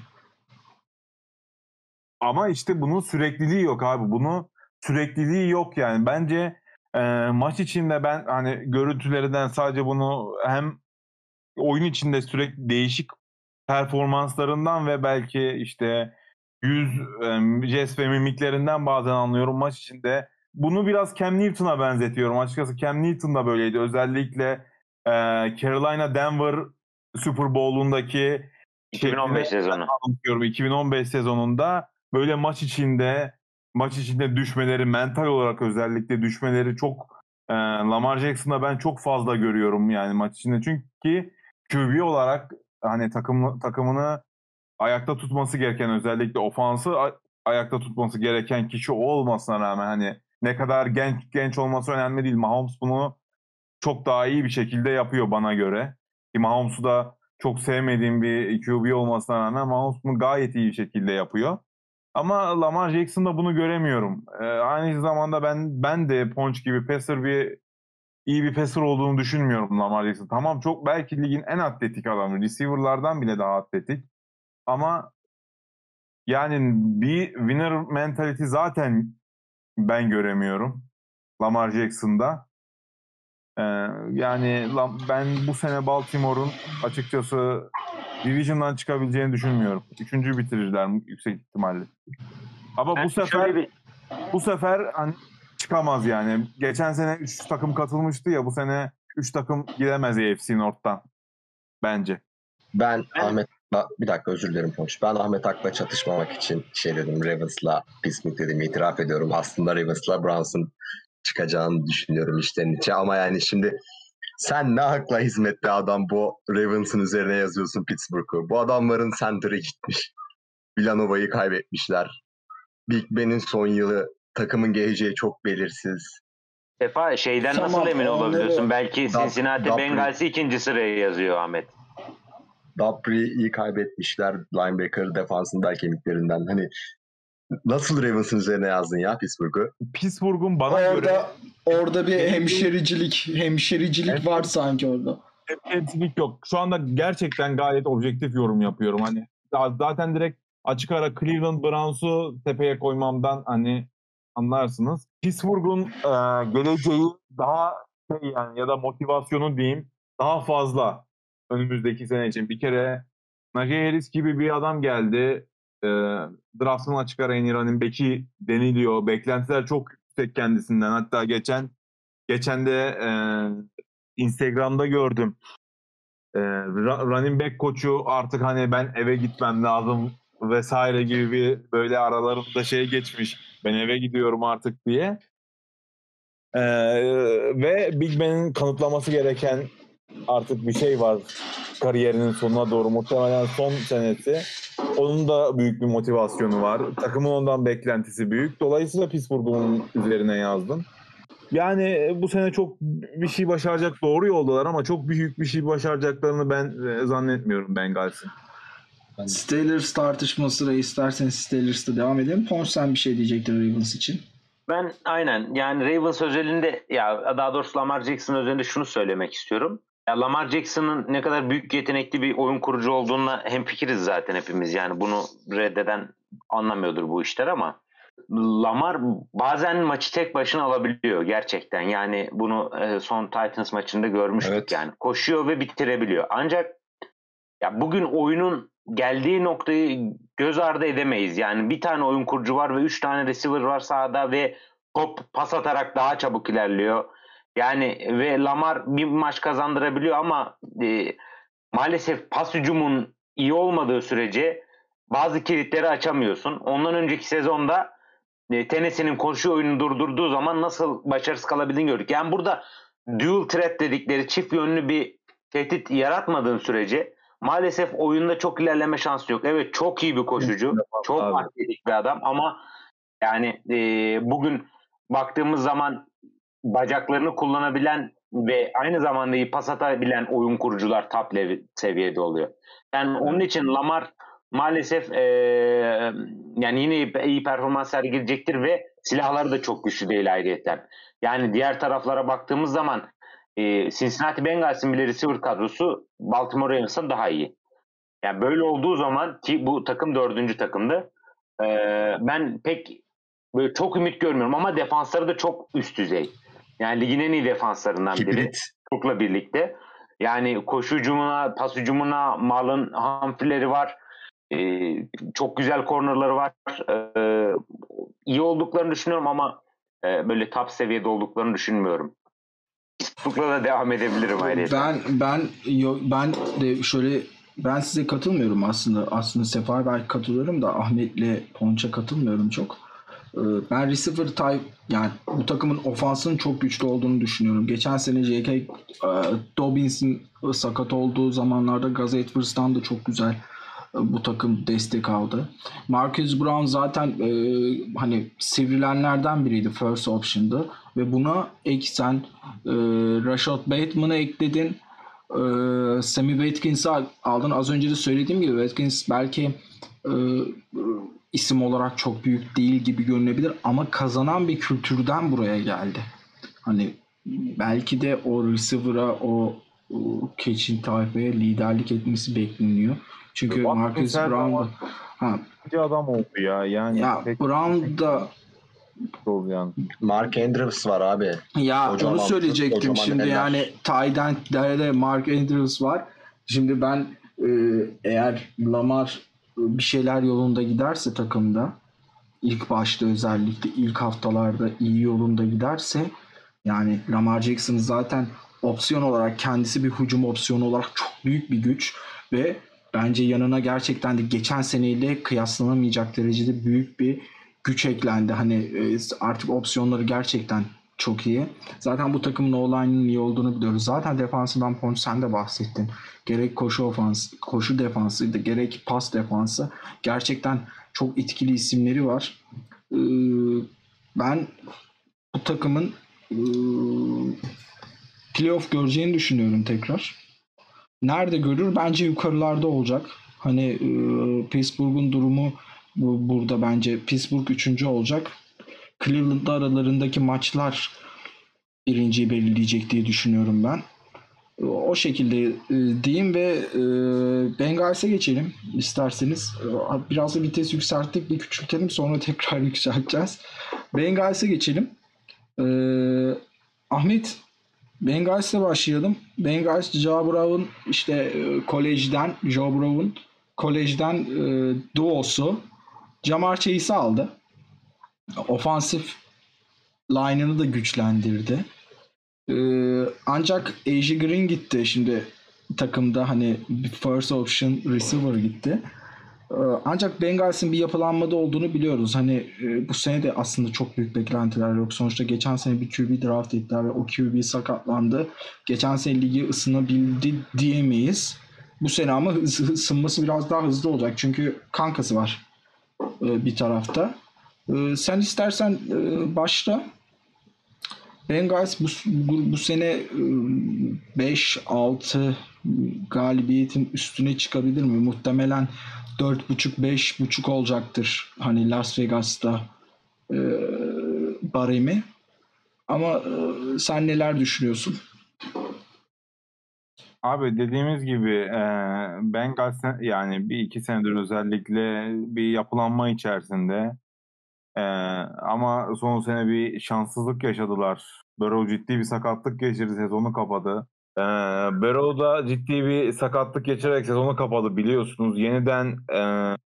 [SPEAKER 5] Ama işte bunun sürekliliği yok abi. Bunu sürekliliği yok yani. Bence e, maç içinde ben hani görüntülerinden sadece bunu hem oyun içinde sürekli değişik performanslarından ve belki işte yüz e, jest ve mimiklerinden bazen anlıyorum maç içinde. Bunu biraz Cam Newton'a benzetiyorum. Açıkçası Cam Newton da böyleydi. Özellikle e, Carolina Denver Super Bowl'undaki
[SPEAKER 3] iki bin on beş
[SPEAKER 5] şekline
[SPEAKER 3] sezonu.
[SPEAKER 5] anlatıyorum. iki bin on beş sezonunda böyle maç içinde maç içinde düşmeleri, mental olarak özellikle düşmeleri çok e, Lamar Jackson'da ben çok fazla görüyorum yani maç içinde. Çünkü Q B olarak hani takım takımını ayakta tutması gereken özellikle ofansı a- ayakta tutması gereken kişi o olmasına rağmen hani ne kadar genç genç olması önemli değil. Mahomes bunu çok daha iyi bir şekilde yapıyor bana göre. Ki Mahomes'u da çok sevmediğim bir Q B olmasına rağmen Mahomes bunu gayet iyi bir şekilde yapıyor. Ama Lamar Jackson'da bunu göremiyorum. Ee, aynı zamanda ben ben de Ponç gibi passer bir iyi bir passer olduğunu düşünmüyorum Lamar Jackson. Tamam çok belki ligin en atletik adamı. Receiver'lardan bile daha atletik. Ama yani bir winner mentality zaten ben göremiyorum Lamar Jackson'da. Ee, yani ben bu sene Baltimore'un açıkçası Division'dan çıkabileceğini düşünmüyorum. Üçüncü bitirirler yüksek ihtimalle. Ama
[SPEAKER 3] Ben
[SPEAKER 5] bu sefer
[SPEAKER 3] şöyle bir
[SPEAKER 5] bu sefer hani çıkamaz yani. Geçen sene üç takım katılmıştı ya bu sene üç takım gidemez A F C North'tan bence.
[SPEAKER 4] Ben
[SPEAKER 3] Ben-
[SPEAKER 4] Ahmet bir dakika özür dilerim Ponç. Ben Ahmet Ak'la çatışmamak için şey dedim. Ravens'la Pittsburgh dediğimi itiraf ediyorum. Aslında Ravens'la Browns'un çıkacağını düşünüyorum işten içe. Ama yani şimdi sen ne hakla hizmetli adam bu Ravens'ın üzerine yazıyorsun Pittsburgh'u. Bu adamların center'ı gitmiş. Villanova'yı kaybetmişler. Big Ben'in son yılı, takımın geleceği çok belirsiz.
[SPEAKER 3] Sefa şeyden
[SPEAKER 2] Tamam,
[SPEAKER 3] nasıl emin
[SPEAKER 2] onları-
[SPEAKER 3] olabiliyorsun? Belki
[SPEAKER 4] Dap-
[SPEAKER 3] Cincinnati
[SPEAKER 4] Dap-
[SPEAKER 3] Bengals'i ikinci sıraya yazıyor Ahmet.
[SPEAKER 4] Dupree'yi kaybetmişler. Linebacker defansın kemiklerinden. Hani nasıl Ravens'ın üzerine yazdın ya Pittsburgh'u?
[SPEAKER 5] Pittsburgh'un bana göre
[SPEAKER 2] Orada orada bir
[SPEAKER 5] Benim-
[SPEAKER 2] hemşericilik, hemşericilik
[SPEAKER 5] Evet.
[SPEAKER 2] var sanki orada.
[SPEAKER 5] temsilcilik yok. Şu anda gerçekten gayet objektif yorum yapıyorum. Hani daha- zaten direkt açık ara Cleveland Browns'u tepeye koymamdan hani anlarsınız. Pittsburgh'un e, geleceği daha şey yani ya da motivasyonu diyeyim daha fazla önümüzdeki sene için. Bir kere Najee Harris gibi bir adam geldi. E, draft'ın açık ara en iyi running back'i deniliyor. Beklentiler çok yüksek kendisinden. Hatta geçen geçen de e, Instagram'da gördüm. e, ra- running back koçu artık hani ben eve gitmem lazım vesaire gibi bir böyle aralarında şey geçmiş. Ben eve gidiyorum artık diye. E, ve Big Ben'in kanıtlaması gereken artık bir şey var kariyerinin sonuna doğru. Muhtemelen son senesi. Onun da büyük bir motivasyonu var. Takımın ondan beklentisi büyük. Dolayısıyla Pittsburgh'un üzerine yazdım. Yani bu sene çok bir şey başaracak, doğru yoldalar ama çok büyük bir şey başaracaklarını ben e, zannetmiyorum Bengals'in.
[SPEAKER 2] Steelers tartışması isterseniz Steelers'ta devam edelim. Ponç sen bir şey diyecektin Ravens için.
[SPEAKER 3] Ben aynen yani Ravens özelinde ya daha doğrusu Lamar Jackson özelinde şunu söylemek istiyorum. Ya Lamar Jackson'ın ne kadar büyük yetenekli bir oyun kurucu olduğuna hemfikiriz zaten hepimiz. Yani bunu reddeden anlamıyordur bu işler ama Lamar bazen maçı tek başına alabiliyor gerçekten. Yani bunu e, son Titans maçında görmüştük
[SPEAKER 4] Evet.
[SPEAKER 3] yani. Koşuyor ve bitirebiliyor. Ancak ya bugün oyunun geldiği noktayı göz ardı edemeyiz. Yani bir tane oyun kurucu var ve üç tane receiver var sahada ve top pas atarak daha çabuk ilerliyor. Yani ve Lamar bir maç kazandırabiliyor ama e, maalesef pas hücumun iyi olmadığı sürece bazı kilitleri açamıyorsun. Ondan önceki sezonda e, Tennessee'nin koşu oyununu durdurduğu zaman nasıl başarısız kalabildiğini gördük. Yani burada dual threat dedikleri çift yönlü bir tehdit yaratmadığın sürece maalesef oyunda çok ilerleme şansı yok. Evet çok iyi bir koşucu. Çok
[SPEAKER 5] Abi.
[SPEAKER 3] atletik bir adam ama yani e, bugün baktığımız zaman bacaklarını kullanabilen ve aynı zamanda iyi pas atabilen oyun kurucular top level seviyede oluyor. Yani onun için Lamar maalesef e, yani yine iyi, iyi performans sergileyecektir ve silahları da çok güçlü değil ayrıyeten. Yani diğer taraflara baktığımız zaman e, Cincinnati Bengals'in bile receiver kadrosu Baltimore Ravens'ın daha iyi. Yani böyle olduğu zaman ki bu takım dördüncü takımdı. E, ben pek böyle çok ümit görmüyorum ama defansları da çok üst düzey. Yani ligin en iyi defanslarından biri.
[SPEAKER 4] Hibrit.
[SPEAKER 3] Cook'la birlikte. Yani koşu hücumuna, pas hücumuna Marlon Humphrey'leri var. Ee, çok güzel cornerları var. Ee, iyi olduklarını düşünüyorum ama e, böyle top seviyede olduklarını düşünmüyorum. Cook'la da devam edebilirim ayrıca.
[SPEAKER 2] Ben ben yo- ben de şöyle ben size katılmıyorum aslında. Aslında Sefa'ya belki katılıyorum da Ahmet'le Ponç'a katılmıyorum çok. Ee, Ben receiver type yani bu takımın ofansının çok güçlü olduğunu düşünüyorum. Geçen sene J K. e, Dobbins'in sakat olduğu zamanlarda Gus Edwards'tan da çok güzel e, bu takım destek aldı. Marcus Brown zaten e, hani sivrilenlerden biriydi, first option'dı ve buna ek sen e, Rashad Bateman'ı ekledin. E, Sammy Watkins'i aldın. Az önce de söylediğim gibi Watkins belki e, isim olarak çok büyük değil gibi görünebilir ama kazanan bir kültürden buraya geldi. Hani belki de o receiver'a o, o catching tayfaya liderlik etmesi bekleniyor. Çünkü
[SPEAKER 5] Watkins
[SPEAKER 2] Marcus
[SPEAKER 5] her
[SPEAKER 2] Brown da
[SPEAKER 5] zaman
[SPEAKER 2] ha,
[SPEAKER 5] bir adam oldu ya. Yani
[SPEAKER 2] ya
[SPEAKER 5] pek
[SPEAKER 2] Brown da
[SPEAKER 5] oldu yani.
[SPEAKER 4] Mark Andrews var abi.
[SPEAKER 2] ya
[SPEAKER 4] Kocaman-
[SPEAKER 2] onu söyleyecektim
[SPEAKER 4] kocaman
[SPEAKER 2] şimdi
[SPEAKER 4] eller.
[SPEAKER 2] yani tight end'de Mark Andrews var. Şimdi ben e, eğer Lamar e, bir şeyler yolunda giderse takımda ilk başta özellikle ilk haftalarda iyi yolunda giderse yani Lamar Jackson zaten opsiyon olarak kendisi bir hücum opsiyonu olarak çok büyük bir güç ve bence yanına gerçekten de geçen seneyle kıyaslanamayacak derecede büyük bir güç eklendi. Hani e, artık opsiyonları gerçekten çok iyi. Zaten bu takımın O-line'ın iyi olduğunu biliyoruz. Zaten defansından Ponç sen de bahsettin. Gerek koşu ofans, koşu defansıydı, gerek pas defansı. Gerçekten çok etkili isimleri var. Ee, Ben bu takımın e, playoff göreceğini düşünüyorum tekrar. Nerede görür? Bence yukarılarda olacak. Hani e, Pittsburgh'un durumu bu, burada bence Pittsburgh üçüncü olacak. Cleveland'da aralarındaki maçlar birinciyi belirleyecek diye düşünüyorum ben. O şekilde e, diyeyim ve e, Bengals'e geçelim isterseniz. E, biraz da vites yükselttik, bir küçültelim sonra tekrar yükselteceğiz. Bengals'e geçelim. E, Ahmet, Bengals'le başlayalım. Bengals, Joe Brown işte e, kolejden, Joe Brown kolejden e, duosu Jamar Chase'i aldı. Ofansif line'ını da güçlendirdi. Ee, ancak A J Green gitti. Şimdi takımda hani bir first option receiver gitti. Ee, Ancak Bengals'in bir yapılanmada olduğunu biliyoruz. Hani e, bu sene de aslında çok büyük beklentiler yok. Sonuçta geçen sene bir Q B draft ettiler ve o Q B sakatlandı. Geçen sene ligi ısınabildi diyemeyiz. Bu sene ama ısı- ısınması biraz daha hızlı olacak. Çünkü kankası var e, bir tarafta. E, Sen istersen e, başla. Bengals bu, bu, bu sene beş altı galibiyetin üstüne çıkabilir mi? Muhtemelen dört buçuk beş buçuk olacaktır. Hani Las Vegas'ta e, baremi. Ama e, sen neler düşünüyorsun?
[SPEAKER 5] Abi dediğimiz gibi e, Bengals yani bir iki senedir özellikle bir yapılanma içerisinde. E, Ama son sene bir şanssızlık yaşadılar. Burrow ciddi bir sakatlık geçirdi, sezonu kapadı. E, Burrow da ciddi bir sakatlık geçirerek sezonu kapadı biliyorsunuz. Yeniden e,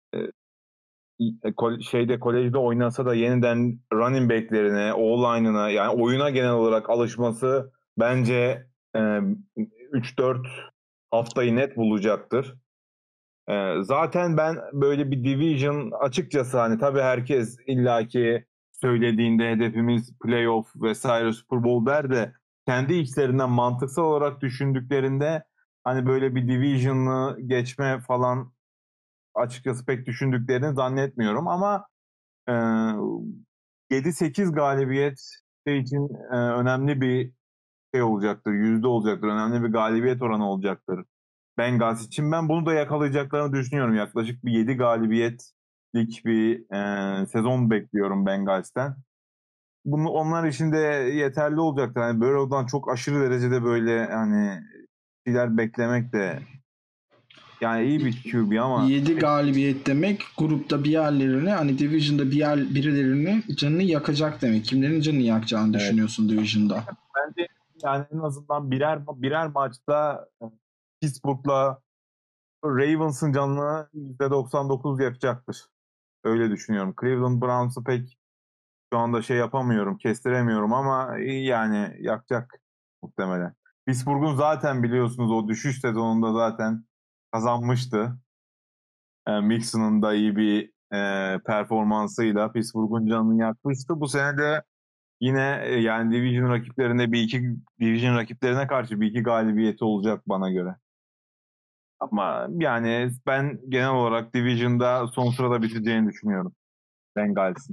[SPEAKER 5] e, kol- şeyde kolejde oynasa da yeniden running back'lerine, O-line'ına yani oyuna genel olarak alışması bence e, üç dört haftayı net bulacaktır. E, zaten ben böyle bir division açıkçası hani tabii herkes illaki söylediğinde hedefimiz playoff vesaire Super Bowl der de kendi içlerinden mantıksal olarak düşündüklerinde hani böyle bir division'ı geçme falan açıkçası pek düşündüklerini zannetmiyorum ama e, yedi sekiz galibiyet şey için e, önemli bir şey olacaktır, yüzde olacaktır, önemli bir galibiyet oranı olacaktır Bengals için. Ben bunu da yakalayacaklarını düşünüyorum. Yaklaşık bir yedi galibiyetlik bir e, sezon bekliyorum Bengals'ten. Bunu onlar için de yeterli olacaktır. Hani Burrow'dan çok aşırı derecede böyle hani şeyler beklemek de yani iyi bir Q B ama
[SPEAKER 2] yedi galibiyet demek grupta bir yerlerini hani Division'da bir yer birilerinin canını yakacak demek. Kimlerin canını yakacağını
[SPEAKER 5] Evet.
[SPEAKER 2] düşünüyorsun Division'da?
[SPEAKER 5] bence yani en azından birer birer maçta Pittsburgh'la Ravens'ın canını yüzde doksan dokuz yapacaktır. Öyle düşünüyorum. Cleveland Browns'ı pek şu anda şey yapamıyorum, kestiremiyorum ama iyi yani yakacak muhtemelen. Pittsburgh'un zaten biliyorsunuz o düşüş sezonunda zaten kazanmıştı. E, Mixon'ın da iyi bir e, performansıyla Pittsburgh'un canını yakmıştı. Bu sene de yine e, yani division rakiplerine bir iki division rakiplerine karşı bir iki galibiyeti olacak bana göre. Ama yani ben genel olarak Division'da son sırada bitireceğini düşünüyorum Bengals'in.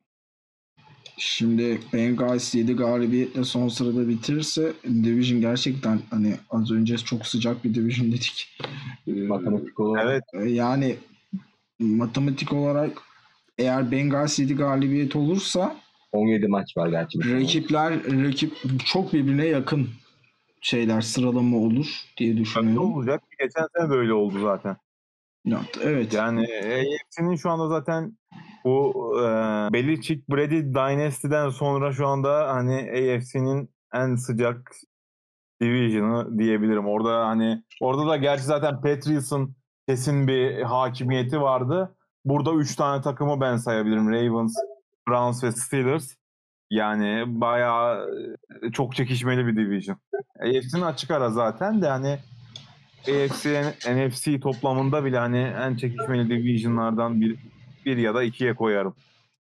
[SPEAKER 2] Şimdi Bengals yedi galibiyetle son sırada bitirirse Division gerçekten hani az önce çok sıcak bir Division dedik. Ee,
[SPEAKER 4] Matematik olarak
[SPEAKER 5] Evet,
[SPEAKER 2] Yani matematik olarak eğer Bengals yedi galibiyet olursa
[SPEAKER 4] on yedi maç var gerçi. bu sene.
[SPEAKER 2] rakipler rakip çok birbirine yakın şeyler sıralama olur diye
[SPEAKER 5] öyle
[SPEAKER 2] düşünüyorum.
[SPEAKER 5] olacak. Geçen sene de öyle oldu zaten.
[SPEAKER 2] Ya, evet.
[SPEAKER 5] Yani A F C'nin şu anda zaten bu e, Belichick Brady Dynasty'den sonra şu anda hani A F C'nin en sıcak division'ı diyebilirim. Orada hani orada da gerçi zaten Patriots'ın kesin bir hakimiyeti vardı. Burada üç tane takımı ben sayabilirim. Ravens, Browns ve Steelers. Yani bayağı e, çok çekişmeli bir division. A F C'nin açık ara zaten de hani A F C, N F C toplamında bile hani en çekişmeli divisionlardan bir, bir ya da ikiye koyarım.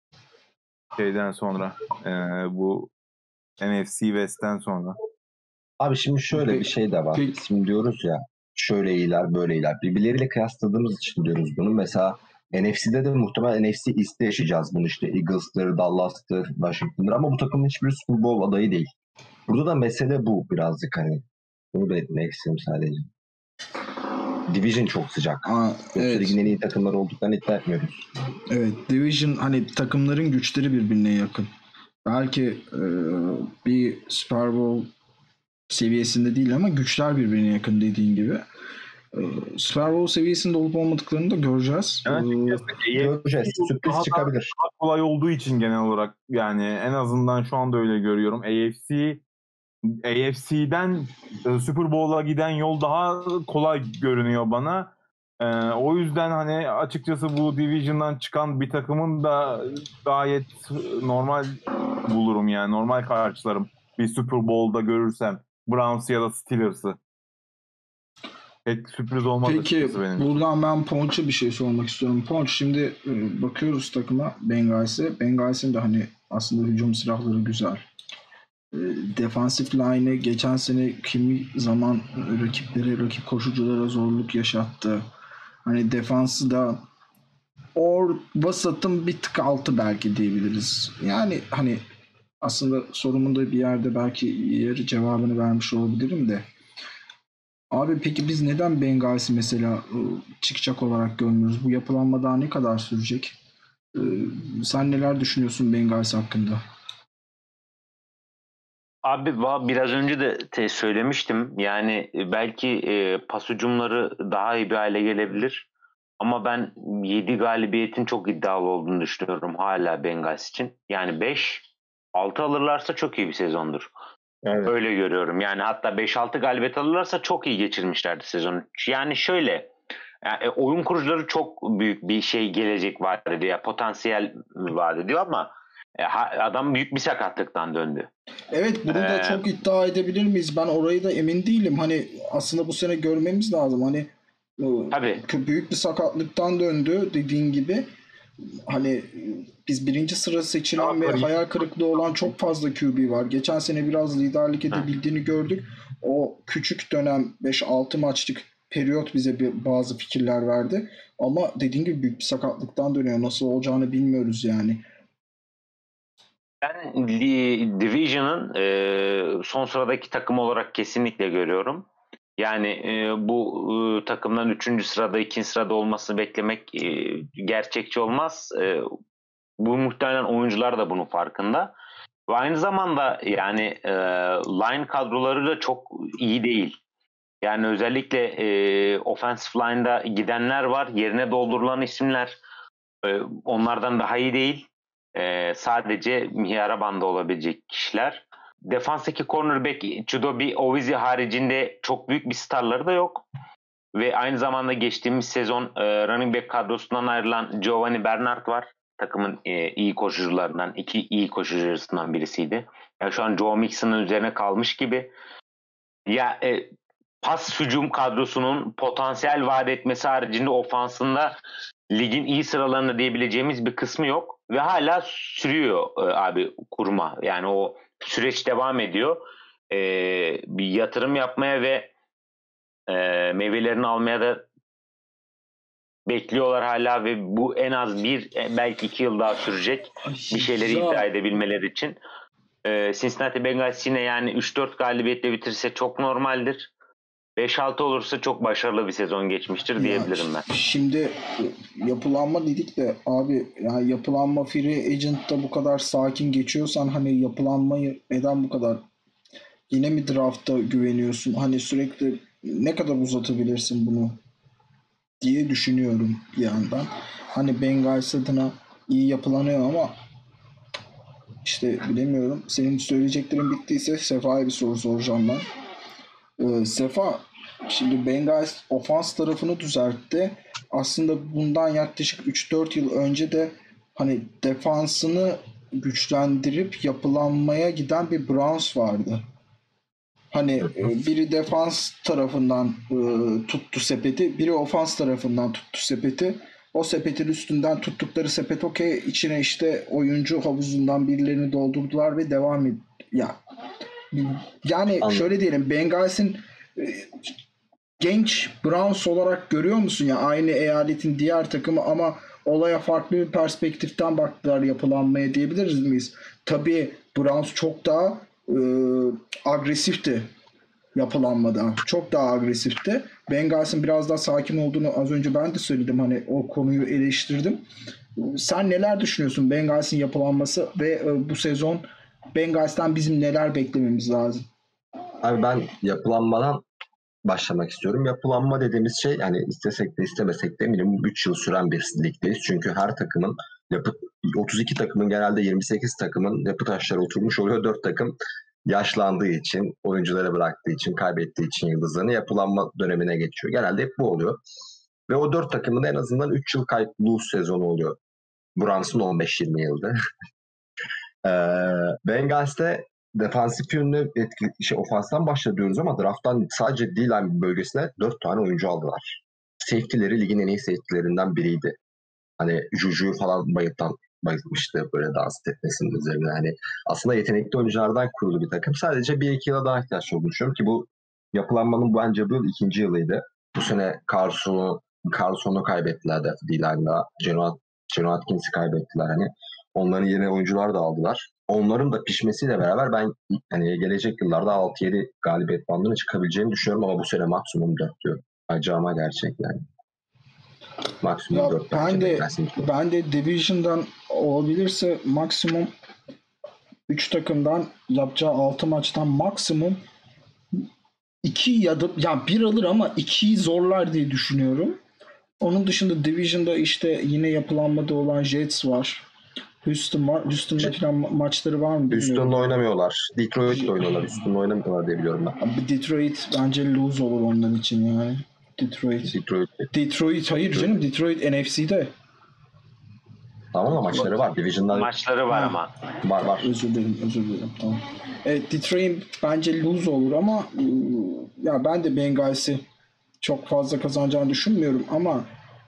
[SPEAKER 5] Şeyden sonra e, bu N F C West'ten sonra.
[SPEAKER 4] Abi şimdi şöyle
[SPEAKER 2] Pe-
[SPEAKER 4] bir şey de var.
[SPEAKER 2] pe-
[SPEAKER 4] Biz Şimdi diyoruz ya şöyle iyiler böyle iyiler. Birbirleriyle kıyasladığımız için diyoruz bunu. Mesela N F C'de de muhtemelen N F C East'te yaşayacağız bunu. İşte Eagles'tır, Dallas'tır, Washington'dır ama bu takımın hiçbiri Super Bowl adayı değil. Burada da mesele bu birazcık hani. Bunu da etmek istedim sadece. Division çok sıcak.
[SPEAKER 2] Aa,
[SPEAKER 4] Yoksa
[SPEAKER 2] evet.
[SPEAKER 4] ligin en iyi takımları olduklarını iddia etmiyoruz.
[SPEAKER 2] Evet, Division hani takımların güçleri birbirine yakın. Belki e, bir Super Bowl seviyesinde değil ama güçler birbirine yakın dediğin gibi. E, Super Bowl seviyesinde olup olmadıklarını da göreceğiz.
[SPEAKER 5] Yani
[SPEAKER 2] E,
[SPEAKER 5] açıkçası A F C
[SPEAKER 4] Göreceğiz. Sürpriz
[SPEAKER 5] daha
[SPEAKER 4] çıkabilir.
[SPEAKER 5] daha kolay olduğu için genel olarak yani en azından şu anda öyle görüyorum. A F C A F C'den e, Super Bowl'a giden yol daha kolay görünüyor bana. E, o yüzden hani açıkçası bu division'dan çıkan bir takımın da gayet normal bulurum yani normal karşılarım bir Super Bowl'da görürsem Browns ya da Steelers'ı. Pek sürpriz olmaz
[SPEAKER 2] Peki
[SPEAKER 5] açıkçası benim için.
[SPEAKER 2] buradan ben Ponç'a bir şey sormak istiyorum. Ponç, şimdi e, bakıyoruz takıma Bengals'e. Bengals'in de hani aslında hücum silahları güzel. E, Defansif line'e geçen sene kimi zaman rakiplere, rakip koşuculara zorluk yaşattı. Hani defansı da or vasatın bir tık altı belki diyebiliriz. Yani hani aslında sorumun da bir yerde belki yarı cevabını vermiş olabilirim de. Abi peki biz neden Bengals'i mesela e, çıkacak olarak görmüyoruz? Bu yapılanma daha ne kadar sürecek? E, Sen neler düşünüyorsun Bengalsi hakkında?
[SPEAKER 3] Abi va- biraz önce de te- söylemiştim. Yani e, belki e, pas hücumları daha iyi bir hale gelebilir. Ama ben yedi galibiyetin çok iddialı olduğunu düşünüyorum hala Bengals için. Yani beş altı alırlarsa çok iyi bir sezondur.
[SPEAKER 5] Evet.
[SPEAKER 3] Öyle görüyorum. Yani hatta beş altı galibiyet alırlarsa çok iyi geçirmişlerdi sezonu. Yani şöyle, yani oyun kurucuları çok büyük bir şey gelecek vaat ediyor. Yani potansiyel vaat ediyor ama e, adam büyük bir sakatlıktan döndü.
[SPEAKER 2] Evet, bunu da
[SPEAKER 3] Ee,
[SPEAKER 2] çok iddia edebilir miyiz? Ben orayı da emin değilim. Hani aslında bu sene görmemiz lazım. Hani e,
[SPEAKER 3] tabii.
[SPEAKER 2] büyük bir sakatlıktan döndü dediğin gibi. Hani biz birinci sıra seçilen ve hayal kırıklığı olan çok fazla Q B var. Geçen sene biraz liderlik edebildiğini gördük. O küçük dönem beş altı maçlık periyot bize bir, bazı fikirler verdi. Ama dediğin gibi büyük bir sakatlıktan dönüyor. Nasıl olacağını bilmiyoruz yani.
[SPEAKER 3] Ben Division'ın e, son sıradaki takım olarak kesinlikle görüyorum. Yani e, bu e, takımların üçüncü sırada, ikinci sırada olmasını beklemek e, gerçekçi olmaz. E, bu muhtemelen oyuncular da bunun farkında. Ve aynı zamanda yani e, line kadroları da çok iyi değil. Yani özellikle e, offensive line'da gidenler var. Yerine doldurulan isimler e, onlardan daha iyi değil. E, sadece mihara bandı olabilecek kişiler. Defanstaki cornerback Chidobe Ovizi haricinde çok büyük bir starları da yok. Ve aynı zamanda geçtiğimiz sezon e, running back kadrosundan ayrılan Giovanni Bernard var. Takımın e, iyi koşucularından, iki iyi koşucularından birisiydi. Yani şu an Joe Mixon'ın üzerine kalmış gibi. Ya e, pas hücum kadrosunun potansiyel vaat etmesi haricinde ofansında ligin iyi sıralarında diyebileceğimiz bir kısmı yok. Ve hala sürüyor e, abi kurma. Yani o süreç devam ediyor. E, bir yatırım yapmaya ve e, meyvelerini almaya da bekliyorlar hala ve bu en az bir belki iki yıl daha sürecek bir şeyleri
[SPEAKER 2] Ya,
[SPEAKER 3] iddia edebilmeleri için. Ee, Cincinnati Bengals yine yani üç dört galibiyetle bitirse çok normaldir. beş altı olursa çok başarılı bir sezon geçmiştir
[SPEAKER 2] ya
[SPEAKER 3] diyebilirim ben.
[SPEAKER 2] şimdi yapılanma dedik de abi, yani yapılanma free agent'ta bu kadar sakin geçiyorsan hani yapılanmayı neden bu kadar, yine mi draftta güveniyorsun? Hani sürekli ne kadar uzatabilirsin bunu diye düşünüyorum bir yandan. Hani Bengals adına iyi yapılanıyor ama işte bilemiyorum. Senin söyleyeceklerin bittiyse Sefa'ya bir soru soracağım ben. Ee, Sefa, şimdi Bengals ofans tarafını düzeltti. Aslında bundan yaklaşık üç dört yıl önce de hani defansını güçlendirip yapılanmaya giden bir Browns vardı. Hani e, biri defans tarafından e, tuttu sepeti, biri ofans tarafından tuttu sepeti. O sepetin üstünden tuttukları sepet okey, içine işte oyuncu havuzundan birilerini doldurdular ve devam et. Ya yani
[SPEAKER 4] Anladım.
[SPEAKER 2] şöyle diyelim, Bengals'in e, genç Browns olarak görüyor musun ya, aynı eyaletin diğer takımı ama olaya farklı bir perspektiften baktılar yapılanmaya diyebiliriz miyiz? Tabii Browns çok daha e, agresifti yapılanmada. Çok daha agresifti. Bengals'in biraz daha sakin olduğunu az önce ben de söyledim. Hani o konuyu eleştirdim. Sen neler düşünüyorsun Bengals'in yapılanması ve e, bu sezon Bengals'ten bizim neler beklememiz lazım?
[SPEAKER 4] Abi ben yapılanmadan başlamak istiyorum. Yapılanma dediğimiz şey, yani istesek de istemesek de minimum üç yıl süren bir ligdeyiz. Çünkü her takımın yapı, otuz iki takımın genelde yirmi sekiz takımın yapı taşları oturmuş oluyor. dört takım yaşlandığı için, oyuncuları bıraktığı için, kaybettiği için yıldızlarını yapılanma dönemine geçiyor. Genelde hep bu oluyor. Ve o dört takımın en azından üç yıl kayıp lose sezonu oluyor. Browns'un on beş yirmi yılda. ee, Bengals'te defansif yönlü etki, şey, ofanstan başlıyoruz ama drafttan sadece D-line bölgesine dört tane oyuncu aldılar. Safety'leri ligin en iyi safety'lerinden biriydi. Hani Juju'yu falan bayıltan bayılmıştı böyle dans etmesinin üzerine. Hani aslında yetenekli oyunculardan kurulu bir takım. Sadece bir iki yıla daha ihtiyaç olduğunu düşünüyorum ki bu yapılanmanın bence bu yıl ikinci yılıydı. Bu sene Carson'u Carson'u kaybettiler D-line'da. Geno Geno Atkins'i kaybettiler hani. Onların yerine oyuncular da aldılar. Onların da pişmesiyle beraber ben hani gelecek yıllarda altı yedi galibiyet bandına çıkabileceğini düşünüyorum ama bu sene maksimum dört diyorum. Acama gerçek yani. Maksimum
[SPEAKER 2] Ya
[SPEAKER 4] dört
[SPEAKER 2] ben
[SPEAKER 4] bence
[SPEAKER 2] de
[SPEAKER 4] beklersin.
[SPEAKER 2] ben de Division'dan olabilirse maksimum üç takımdan yapacağı altı maçtan maksimum iki ya da ya bir alır ama ikiyi zorlar diye düşünüyorum. Onun dışında Division'da işte yine yapılanmada olan Jets var. Houston var. Houston'da falan ma- maçları var mı bilmiyorum.
[SPEAKER 4] Houston'la oynamıyorlar. Detroit'le oynuyorlar. Houston'la oynamıyorlar diye biliyorum ben.
[SPEAKER 2] Abi Detroit bence lose olur onların için yani. Detroit.
[SPEAKER 4] Detroit.
[SPEAKER 2] Detroit hayır
[SPEAKER 4] Detroit.
[SPEAKER 2] canım, Detroit N F C'de.
[SPEAKER 4] Tamam ama maçları var. Division'da
[SPEAKER 3] Maçları var
[SPEAKER 2] Ha.
[SPEAKER 3] ama.
[SPEAKER 4] var var.
[SPEAKER 2] Özür dilerim, özür dilerim. Tamam. Evet, Detroit bence lose olur ama ıı, ya ben de Bengals'i çok fazla kazanacağını düşünmüyorum ama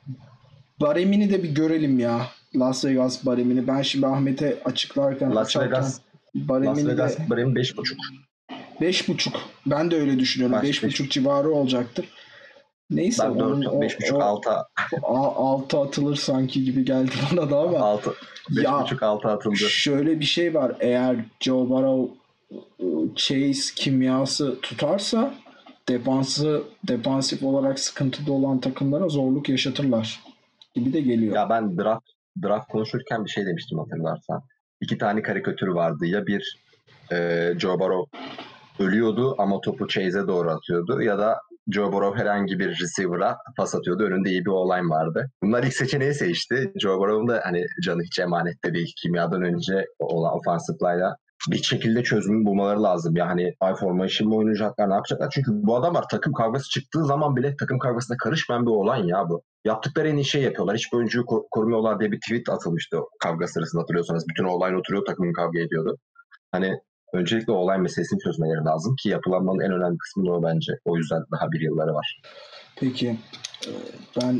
[SPEAKER 2] baremini de bir görelim ya. Las Vegas baremini. Ben şimdi Ahmet'e açıklarken
[SPEAKER 4] Las
[SPEAKER 2] açarken
[SPEAKER 4] Vegas
[SPEAKER 2] baremini
[SPEAKER 4] Las Vegas
[SPEAKER 2] de
[SPEAKER 4] benim beş buçuk.
[SPEAKER 2] beş buçuk. Ben de öyle düşünüyorum.
[SPEAKER 4] Baş-
[SPEAKER 2] beş
[SPEAKER 4] beş-
[SPEAKER 2] buçuk civarı olacaktır. Neyse
[SPEAKER 4] Ben
[SPEAKER 2] onun
[SPEAKER 4] dört,
[SPEAKER 2] o,
[SPEAKER 4] beş buçuk,
[SPEAKER 2] o-
[SPEAKER 4] altı,
[SPEAKER 2] a- altı atılır sanki gibi geldi bana da ama
[SPEAKER 4] altı, beş
[SPEAKER 2] ya
[SPEAKER 4] buçuk, altı atıldı.
[SPEAKER 2] şöyle bir şey var. Eğer Joe Burrow ıı, Chase kimyası tutarsa defansı defansif olarak sıkıntıda olan takımlara zorluk yaşatırlar gibi de geliyor.
[SPEAKER 4] Ya ben draft draft konuşurken bir şey demiştim hatırlarsan. İki tane karikatür vardı. Ya bir e, Joe Burrow ölüyordu ama topu Chase'e doğru atıyordu ya da Joe Burrow herhangi bir receiver'a pas atıyordu. Önünde iyi bir olay vardı. Bunlar ilk seçeneği seçti. Joe Burrow'un da hani canı hiç emanette değil. Kimyadan önce olan offensive line'la bir şekilde çözümü bulmaları lazım. Yani I formation mı oynayacaklar, ne yapacaklar? Çünkü bu adamlar takım kavgası çıktığı zaman bile takım kavgasına karışmayan bir olay ya bu. Yaptıkları en iyi şey yapıyorlar. Hiçbir oyuncuyu ko- korumuyorlar diye bir tweet atılmıştı kavga sırasında hatırlıyorsanız. Bütün olay oturuyor, takım kavga ediyordu. Hani öncelikle o olay meselesini çözmeleri lazım ki yapılanmanın en önemli kısmı da o bence. O yüzden daha bir yılları var.
[SPEAKER 2] Peki e, ben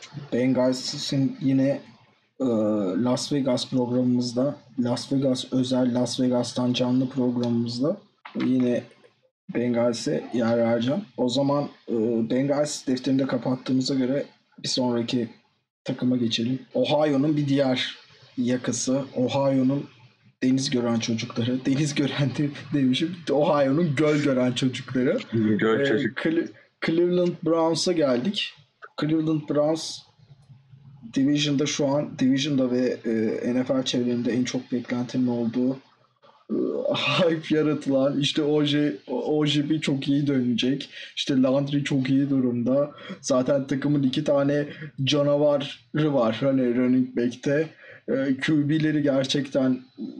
[SPEAKER 2] Bengals'in yine e, Las Vegas programımızda, Las Vegas özel Las Vegas'tan canlı programımızda yine Bengals'e yer vereceğim. O zaman e, Bengals defterini de kapattığımıza göre bir sonraki takıma geçelim. Ohio'nun bir diğer yakası. Ohio'nun deniz gören çocukları. Deniz gören de demişim. Ohio'nun göl gören çocukları.
[SPEAKER 4] Göl
[SPEAKER 2] Ee,
[SPEAKER 4] çocuk.
[SPEAKER 2] Cle- Cleveland Browns'a geldik. Cleveland Browns Division'da şu an Division'da ve e, N F L çevrelerinde en çok beklentinin olduğu e, hype yaratılan işte O J O J B çok iyi dönecek. İşte Landry çok iyi durumda. Zaten takımın iki tane canavarı var hani running back'te. E, Q B'leri gerçekten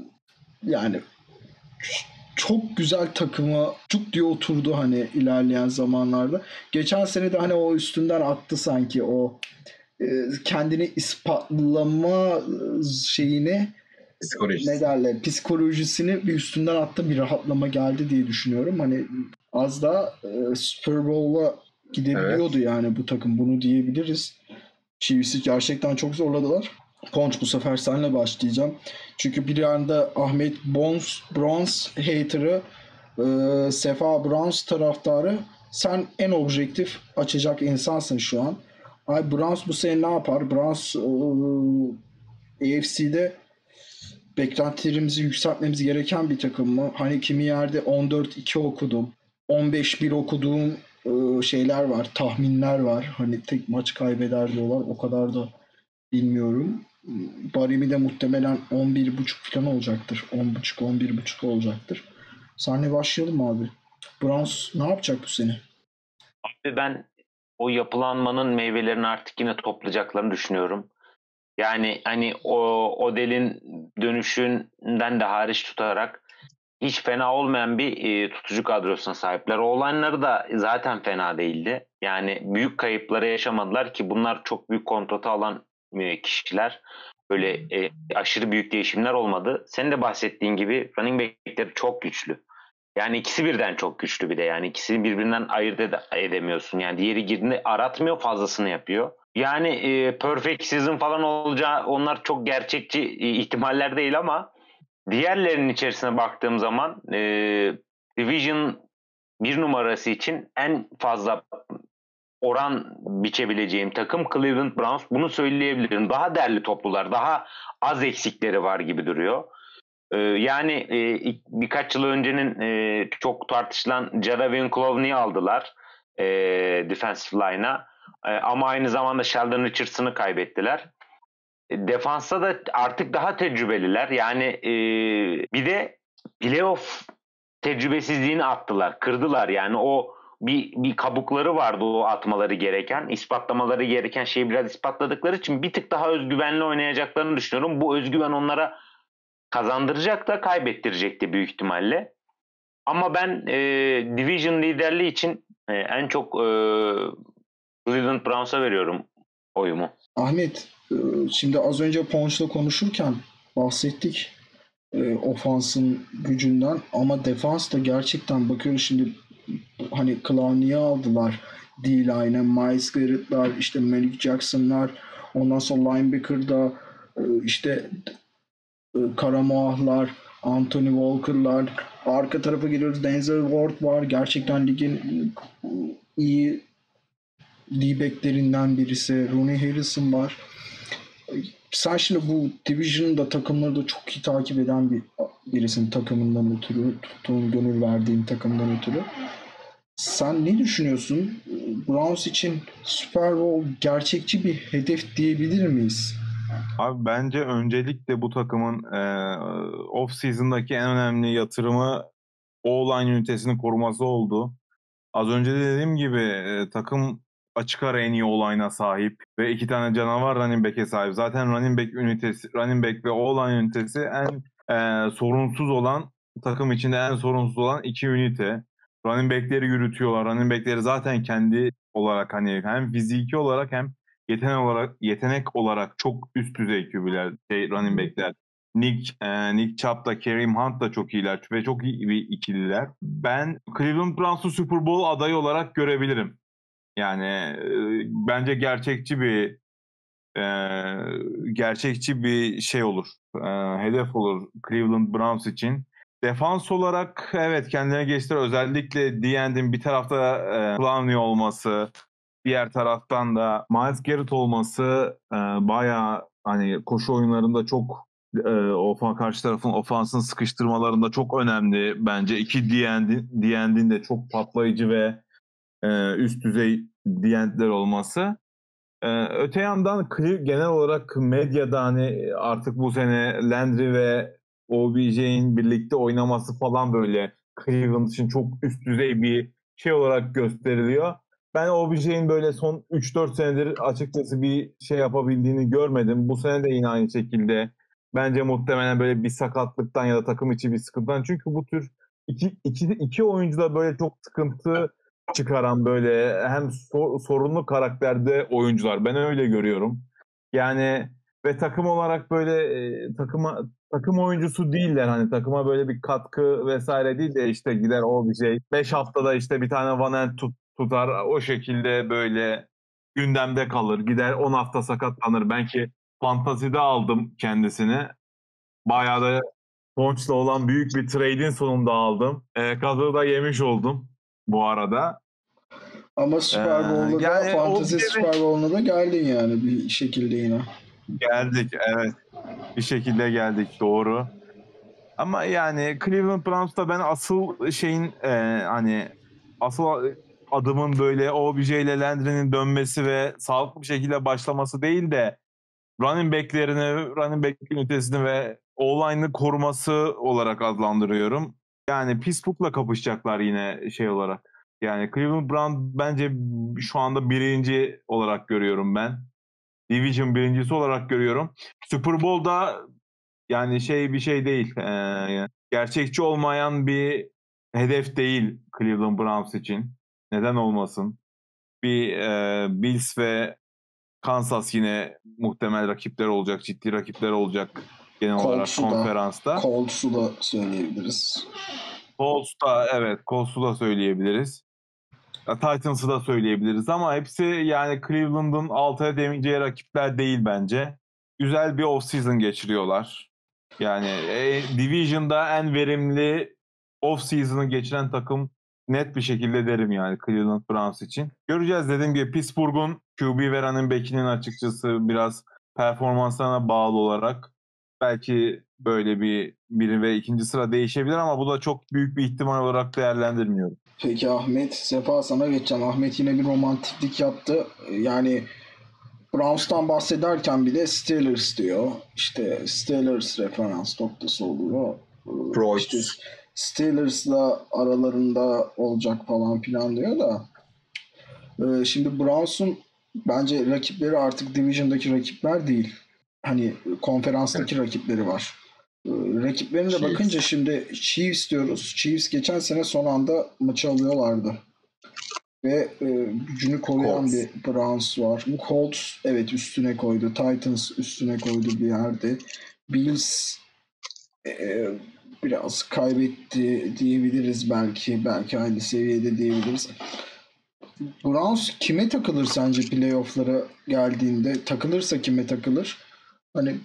[SPEAKER 2] yani çok güzel takıma çok diye oturdu hani ilerleyen zamanlarda. Geçen sene de hani o üstünden attı sanki o e, kendini ispatlama şeyini
[SPEAKER 4] Psikolojisi.
[SPEAKER 2] ne derler psikolojisini bir üstünden attı, bir rahatlama geldi diye düşünüyorum. Hani az da e, Super Bowl'a gidebiliyordu yani bu takım, bunu diyebiliriz. Chiefs'i gerçekten çok zorladılar. Ponç, bu sefer seninle başlayacağım. Çünkü bir yanda Ahmet Bones, Browns hater'ı, e, Sefa Browns taraftarı. Sen en objektif açacak insansın şu an. Ay Browns bu sene ne yapar? Browns e, A F C'de beklentilerimizi yükseltmemiz gereken bir takım mı? Hani kimi yerde on dört iki okudum. on beş bir okuduğum e, şeyler var, tahminler var. Hani tek maç kaybeder diyorlar. O kadar da bilmiyorum. Baremi de muhtemelen on bir buçuk falan olacaktır. on buçuk on bir buçuk olacaktır. Senle başlayalım abi. Browns ne yapacak bu sene?
[SPEAKER 3] Abi ben o yapılanmanın meyvelerini artık yine toplayacaklarını düşünüyorum. Yani hani o Odell'in dönüşünden de hariç tutarak hiç fena olmayan bir e, tutucu kadrosuna sahipler. O olanları da zaten fena değildi. Yani büyük kayıpları yaşamadılar ki bunlar çok büyük kontratı alan e, kişiler. böyle e, aşırı büyük değişimler olmadı. Senin de bahsettiğin gibi running back'leri çok güçlü. Yani ikisi birden çok güçlü bir de. Yani ikisini birbirinden ayırt ede- edemiyorsun. Yani diğeri girdiğinde aratmıyor, fazlasını yapıyor. Yani e, perfect season falan olacağı, onlar çok gerçekçi e, ihtimaller değil ama diğerlerinin içerisine baktığım zaman e, Division bir numarası için en fazla oran biçebileceğim takım Cleveland Browns. Bunu söyleyebilirim. Daha derli toplular, daha az eksikleri var gibi duruyor. Ee, yani e, birkaç yıl öncenin e, çok tartışılan Jadavion Clowney'i aldılar e, defensive line'a. E, ama aynı zamanda Sheldon Richardson'ı kaybettiler. E, defansta da artık daha tecrübeliler. Yani e, bir de playoff tecrübesizliğini attılar, kırdılar. Yani o bir, bir kabukları vardı o atmaları gereken, ispatlamaları gereken şeyi biraz ispatladıkları için bir tık daha özgüvenli oynayacaklarını düşünüyorum. Bu özgüven onlara kazandıracak da kaybettirecek de büyük ihtimalle. Ama ben e, Division liderliği için e, en çok e, Cleveland Browns'a veriyorum oyumu.
[SPEAKER 2] Ahmet, e, şimdi az önce Ponç'la konuşurken bahsettik e, ofansın gücünden ama defans da gerçekten bakıyoruz şimdi hani Clowney'i aldılar. D-line'e, Myles Garrett'lar, işte Malik Jackson'lar, ondan sonra linebacker'da e, işte e, Karamoah'lar, Anthony Walker'lar, arka tarafa geliyoruz Denzel Ward var. Gerçekten ligin e, iyi D-backlerinden birisi. Rooney Harrison var. Sen şimdi bu Division'da takımları da çok iyi takip eden bir birisin takımından ötürü, tuttuğun, gönül verdiğin takımdan ötürü. Sen ne düşünüyorsun? Browns için Super Bowl gerçekçi bir hedef diyebilir miyiz?
[SPEAKER 5] Abi bence öncelikle bu takımın e, off season'daki en önemli yatırımı O-line ünitesini koruması oldu. Az önce de dediğim gibi e, takım açık ara en iyi O-line'a sahip ve iki tane canavar running back'e sahip. Zaten running back ünitesi, running back ve O-line ünitesi en e, sorunsuz olan, takım içinde en sorunsuz olan iki ünite. Running back'leri yürütüyorlar. Running back'leri zaten kendi olarak hani hem fiziki olarak hem yetenek olarak yetenek olarak çok üst düzey Q B'ler, şey, running back'ler. Nick, e, Nick Chubb da Kareem Hunt da çok iyiler ve çok iyi bir ikililer. Ben Cleveland Browns'u Super Bowl adayı olarak görebilirim. Yani e, bence gerçekçi bir e, gerçekçi bir şey olur. E, hedef olur Cleveland Browns için. Defans olarak evet kendine geçtiler. Özellikle D-end'in bir tarafta e, Clowney olması, diğer taraftan da Myles Garrett olması e, bayağı hani koşu oyunlarında çok e, ofa, karşı tarafın ofansını sıkıştırmalarında çok önemli bence. İki D-end'in, D-end'in de çok patlayıcı ve e, üst düzey D-end'ler olması. E, öte yandan genel olarak medyada hani artık bu sene Landry ve O B J'in birlikte oynaması falan böyle Cleveland için çok üst düzey bir şey olarak gösteriliyor. Ben O B J'in böyle son üç dört senedir açıkçası bir şey yapabildiğini görmedim. Bu sene de yine aynı şekilde. Bence muhtemelen böyle bir sakatlıktan ya da takım içi bir sıkıntıdan. Çünkü bu tür iki, iki, iki oyuncu da böyle çok sıkıntı çıkaran böyle hem so- sorunlu karakterde oyuncular. Ben öyle görüyorum. Yani ve takım olarak böyle e, takıma takım oyuncusu değiller. Hani takıma böyle bir katkı vesaire değil de işte gider o bir şey. beş haftada işte bir tane Van Ant tut, tutar. O şekilde böyle gündemde kalır. Gider on hafta sakatlanır. Ben ki fantazide aldım kendisini. Bayağı da Ponç'la olan büyük bir trade'in sonunda aldım. E, kazığı da yemiş oldum bu arada.
[SPEAKER 2] Ama
[SPEAKER 5] Ee,
[SPEAKER 2] Super Bowl'da da
[SPEAKER 5] yani o
[SPEAKER 2] Fantasy Super Bowl'una da geldin yani bir şekilde yine.
[SPEAKER 5] geldik, evet, bir şekilde geldik, doğru. Ama yani Cleveland Browns'ta ben asıl şeyin e, hani asıl adımın böyle O B J ile Landry'nin dönmesi ve sağlıklı bir şekilde başlaması değil de running back'lerini, running back ünitesini ve O-line'ı koruması olarak adlandırıyorum. Yani Pittsburgh'la kapışacaklar yine şey olarak. Yani Cleveland Browns bence şu anda birinci olarak görüyorum ben. Division birincisi olarak görüyorum. Super Bowl'da yani şey bir şey değil. Ee, gerçekçi olmayan bir hedef değil Cleveland Browns için. Neden olmasın? Bir e, Bills ve Kansas yine muhtemel rakipler olacak, ciddi rakipler olacak genel olarak
[SPEAKER 2] Colts'u da,
[SPEAKER 5] konferansta.
[SPEAKER 2] Colts'u da söyleyebiliriz.
[SPEAKER 5] Colts'ta evet, Colts'u da söyleyebiliriz. Ya, Titans'ı da söyleyebiliriz ama hepsi yani Cleveland'ın altı edemeyeceği rakipler değil bence. Güzel bir off-season geçiriyorlar. Yani e, Division'da en verimli off-season'ı geçiren takım net bir şekilde derim yani Cleveland Browns için. Göreceğiz, dediğim gibi Pittsburgh'un Q B ve running back'inin açıkçası biraz performanslarına bağlı olarak belki böyle bir biri ve ikinci sıra değişebilir ama bu da çok büyük bir ihtimal olarak değerlendirmiyorum.
[SPEAKER 2] Peki Ahmet, Sefa sana geçeceğim. Ahmet yine bir romantiklik yaptı. Yani Browns'tan bahsederken bile Steelers diyor. İşte Steelers referans noktası oluyor. Ee,
[SPEAKER 4] Freud.
[SPEAKER 2] İşte Steelers'la aralarında olacak falan filan diyor da. Ee, şimdi Browns'un bence rakipleri artık Division'daki rakipler değil. Hani konferanstaki rakipleri var. Ee, rakiplerine de
[SPEAKER 4] Chiefs.
[SPEAKER 2] bakınca şimdi Chiefs diyoruz. Chiefs geçen sene son anda maçı alıyorlardı. Ve e, gücünü koruyan
[SPEAKER 4] Colts.
[SPEAKER 2] bir Browns var. Bu Colts evet üstüne koydu. Titans üstüne koydu bir yerde. Bills e, biraz kaybetti diyebiliriz belki. Belki aynı seviyede diyebiliriz. Browns kime takılır sence playoff'lara geldiğinde? Takılırsa kime takılır? Hani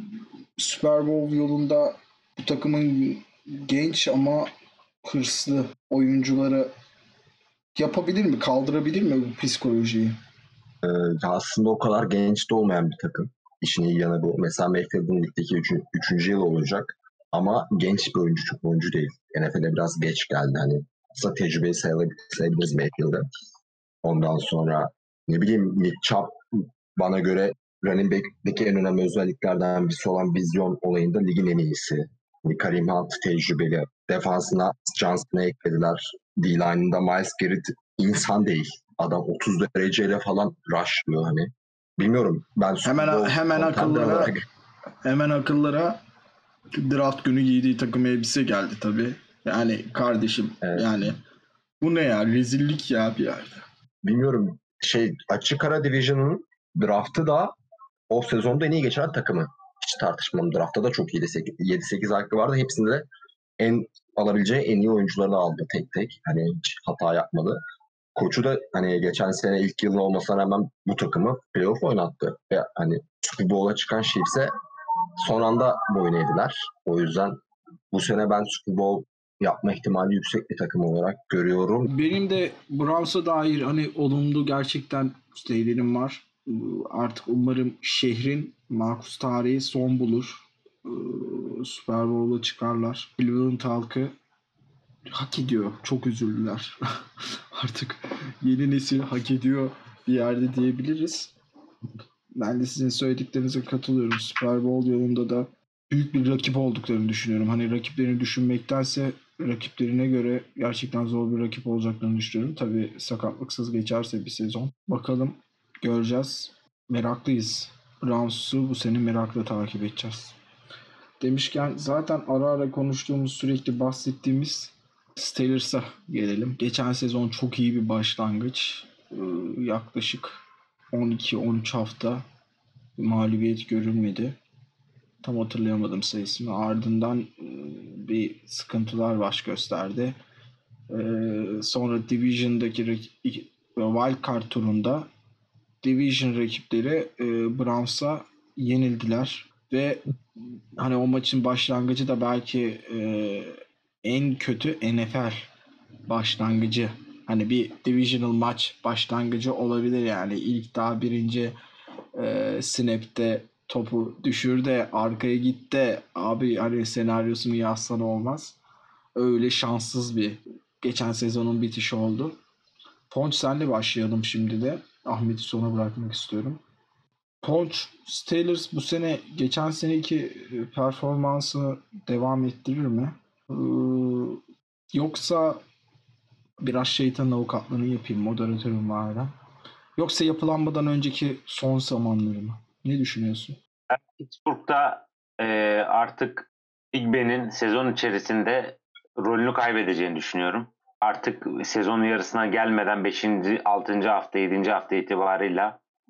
[SPEAKER 2] Super Bowl yolunda bu takımın genç ama hırslı oyuncuları yapabilir mi? Kaldırabilir mi bu psikolojiyi?
[SPEAKER 4] Ee, ya aslında o kadar genç de olmayan bir takım. İşin iyi yanı bu. Mesela Mayfield'ın ligdeki üçü, üçüncü yıl olacak. Ama genç bir oyuncu, çok oyuncu değil. N F L'e biraz geç geldi. Hani aslında tecrübeyi sayılabilir, sayabiliriz Mayfield'ı. Ondan sonra ne bileyim Nick Chubb bana göre running back'teki en önemli özelliklerden birisi olan vizyon olayında ligin en iyisi. Hani Kareem Hunt tecrübeli. Defansına Johnson'ı eklediler. D-line'ında Myles Garrett insan değil. Adam otuz dereceyle falan rushlıyor hani. Bilmiyorum. Ben Super
[SPEAKER 2] Hemen
[SPEAKER 4] Bowl
[SPEAKER 2] hemen
[SPEAKER 4] contender
[SPEAKER 2] akıllara
[SPEAKER 4] olarak
[SPEAKER 2] hemen akıllara draft günü giydiği takım elbise geldi tabii. Yani kardeşim
[SPEAKER 4] Evet.
[SPEAKER 2] yani bu ne ya? Rezillik ya bir yerde.
[SPEAKER 4] bilmiyorum şey açık ara division'ın draftı da o sezonda en iyi geçen takımı. Hiç tartışmam. Draftta da çok iyiydi. yedi sekiz hakkı vardı. Hepsinde de en alabileceği en iyi oyuncuları aldı tek tek. Hani hiç hata yapmadı. Koçu da hani geçen sene ilk yılı olmasına rağmen bu takımı playoff oynattı. Ve hani Super Bowl'a çıkan Chiefs'e son anda boyun eğdiler. O yüzden bu sene ben Super Bowl yapma ihtimali yüksek bir takım olarak görüyorum.
[SPEAKER 2] Benim de Browns'a dair hani olumlu gerçekten müstehlerim var. Ee, Artık umarım şehrin makus tarihi son bulur. Ee, Super Bowl'a çıkarlar. Cleveland halkı hak ediyor. Çok üzüldüler. Artık yeni nesil hak ediyor bir yerde diyebiliriz. Ben de sizin söylediklerinize katılıyorum. Super Bowl yolunda da büyük bir rakip olduklarını düşünüyorum. Hani rakiplerini düşünmektense rakiplerine göre gerçekten zor bir rakip olacaklarını düşünüyorum. Tabii sakatlıksız geçerse bir sezon. Bakalım, göreceğiz. Meraklıyız. Browns'u bu sene merakla takip edeceğiz. Demişken zaten ara ara konuştuğumuz, sürekli bahsettiğimiz Steelers'a gelelim. Geçen sezon çok iyi bir başlangıç. Ee, yaklaşık on iki on üç hafta mağlubiyet görülmedi. Tam hatırlayamadım sayısını. Ardından e, bir sıkıntılar baş gösterdi. E, sonra Division'daki rak- Wild Card turunda Division rakipleri e, Browns'a yenildiler ve hani o maçın başlangıcı da belki e, en kötü N F L başlangıcı. Hani bir divisional maç başlangıcı olabilir yani. İlk daha birinci e, snap'te topu düşür de arkaya git de abi hani senaryosunu yazsan olmaz. Öyle şanssız bir geçen sezonun bitişi oldu. Ponç senle başlayalım şimdi de. Ahmet'i sona bırakmak istiyorum. Ponç, Steelers bu sene geçen seneki performansını devam ettirir mi? Ee, yoksa biraz şeytan avukatlığını yapayım, moderatörüm var da. Yoksa yapılanmadan önceki son zamanları mı? Ne düşünüyorsun?
[SPEAKER 3] Pittsburgh'da e, artık Igbe'nin sezon içerisinde rolünü kaybedeceğini düşünüyorum. Artık sezonun yarısına gelmeden beşinci altıncı hafta, yedinci hafta itibarıyla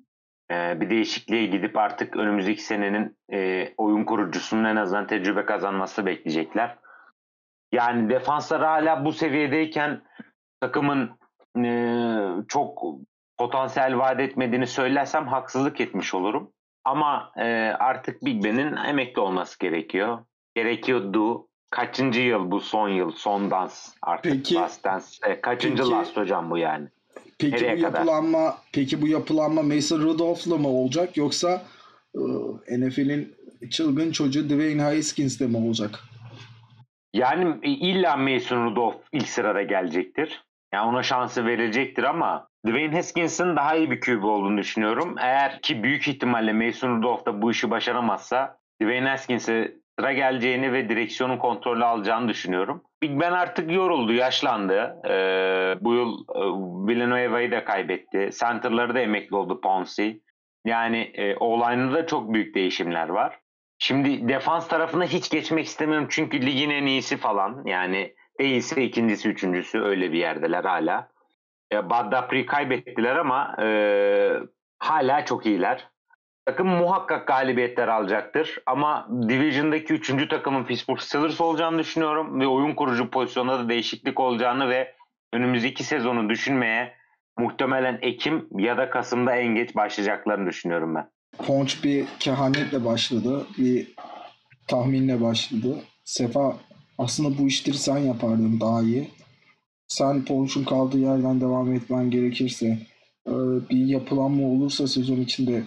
[SPEAKER 3] e, bir değişikliğe gidip artık önümüzdeki senenin e, oyun kurucusunun en azından tecrübe kazanması bekleyecekler. Yani defansları hala bu seviyedeyken takımın e, çok potansiyel vaat etmediğini söylersem haksızlık etmiş olurum. Ama e, artık Big Ben'in emekli olması gerekiyor. Gerekiyordu. Kaçıncı yıl bu son yıl, son dans artık
[SPEAKER 2] Peki-
[SPEAKER 3] last dance. E, kaçıncı
[SPEAKER 2] peki-
[SPEAKER 3] last hocam bu yani?
[SPEAKER 2] Peki
[SPEAKER 3] Nereye
[SPEAKER 2] bu
[SPEAKER 3] kadar?
[SPEAKER 2] yapılanma peki bu yapılanma Mason Rudolph'la mı olacak yoksa e, N F L'in çılgın çocuğu Dwayne Haskins'le mi olacak?
[SPEAKER 3] Yani e, illa Mason Rudolph ilk sırada gelecektir. Yani ona şansı verilecektir ama Dwayne Haskins'in daha iyi bir Q B olduğunu düşünüyorum. Eğer ki büyük ihtimalle Mason Rudolph da bu işi başaramazsa Dwayne Haskins'e sıra geleceğini ve direksiyonun kontrolü alacağını düşünüyorum. Big Ben artık yoruldu, yaşlandı. Ee, bu yıl e, Villanueva'yı da kaybetti. Center'ları da emekli oldu Pouncey. Yani e, O-line'da da çok büyük değişimler var. Şimdi defans tarafına hiç geçmek istemiyorum çünkü ligin en iyisi falan. Yani değilse ikincisi, üçüncüsü öyle bir yerdeler hala. E, Bud Dupree'yi kaybettiler ama e, hala çok iyiler. Takım muhakkak galibiyetler alacaktır. Ama Division'daki üçüncü takımın Pittsburgh Steelers olacağını düşünüyorum. Ve oyun kurucu pozisyonda da değişiklik olacağını ve önümüzdeki sezonu düşünmeye muhtemelen Ekim ya da Kasım'da en geç başlayacaklarını düşünüyorum ben.
[SPEAKER 2] Ponç bir kehanetle başladı. Bir tahminle başladı. Sefa aslında bu işleri sen yapardın daha iyi. Sen Ponç'un kaldığı yerden devam etmen gerekirse e, bir yapılanma olursa sezon içinde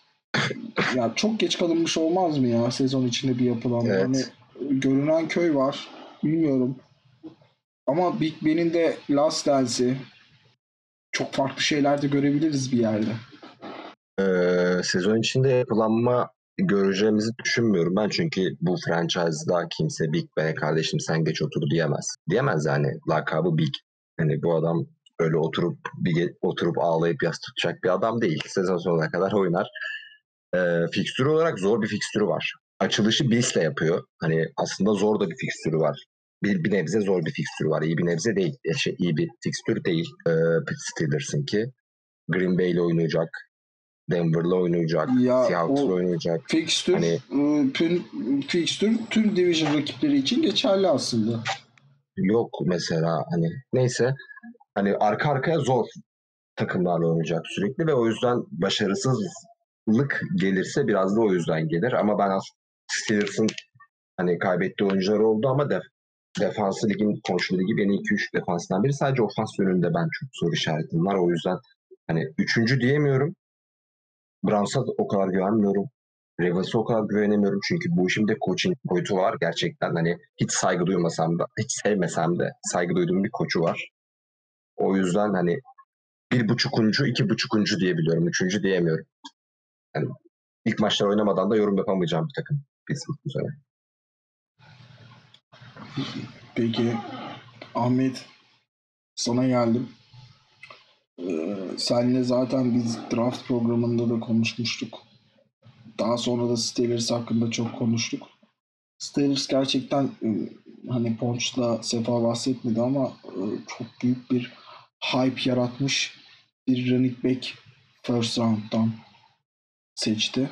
[SPEAKER 2] ya çok geç kalınmış olmaz mı ya sezon içinde bir yapılanma?
[SPEAKER 4] Evet.
[SPEAKER 2] Hani görünen köy var. Bilmiyorum. Ama Big Ben'in de Last Dance'i çok farklı şeyler de görebiliriz bir yerde.
[SPEAKER 4] Ee, sezon içinde yapılanma göreceğimizi düşünmüyorum ben, çünkü bu franchise'da kimse Big Ben'e kardeşim sen geç otur diyemez. Diyemez yani, lakabı Big. Hani bu adam öyle oturup bir oturup ağlayıp yas tutacak bir adam değil. Sezon sonuna kadar oynar. Ee, fikstürü olarak zor bir fikstürü var. Açılışı Bills'le yapıyor. Hani aslında zor da bir fikstürü var. Bir, bir nebze zor bir fikstürü var. İyi bir nebze değil. E, Şey, iyi bir fikstür değil. Ee, Steelers'ın ki. Green Bay'le oynayacak. Denver'la oynayacak.
[SPEAKER 2] Ya
[SPEAKER 4] Seattle'la
[SPEAKER 2] o
[SPEAKER 4] oynayacak.
[SPEAKER 2] Fixtür,
[SPEAKER 4] Hani-
[SPEAKER 2] e, tüm, fixtür tüm division rakipleri için geçerli aslında.
[SPEAKER 4] Yok mesela hani neyse. Hani arka arkaya zor takımlarla oynayacak sürekli ve o yüzden başarısızlık gelirse biraz da o yüzden gelir. Ama ben aslında Steelers'ın hani kaybettiği oyuncular oldu ama def defansı ligin konuşulu gibi en iyi iki üç defansından biri. Sadece ofans yönünde ben çok soru işaretim var. O yüzden hani üçüncü diyemiyorum. Browns'a o kadar güvenmiyorum. Ravens'a o kadar güvenemiyorum. Çünkü bu işin de coaching boyutu var. Gerçekten hani hiç saygı duymasam da, hiç sevmesem de saygı duyduğum bir koçu var. O yüzden hani bir buçukuncu, iki buçukuncu diyebiliyorum. Üçüncü diyemiyorum. Yani ilk maçlar oynamadan da yorum yapamayacağım bir takım. Pittsburgh bu sene.
[SPEAKER 2] Peki Ahmet, sana geldim. Ee, senle zaten biz draft programında da konuşmuştuk. Daha sonra da Steelers hakkında çok konuştuk. Steelers gerçekten e, hani Ponç'la Sefa bahsetmedi ama e, çok büyük bir hype yaratmış bir running back first round'dan seçti.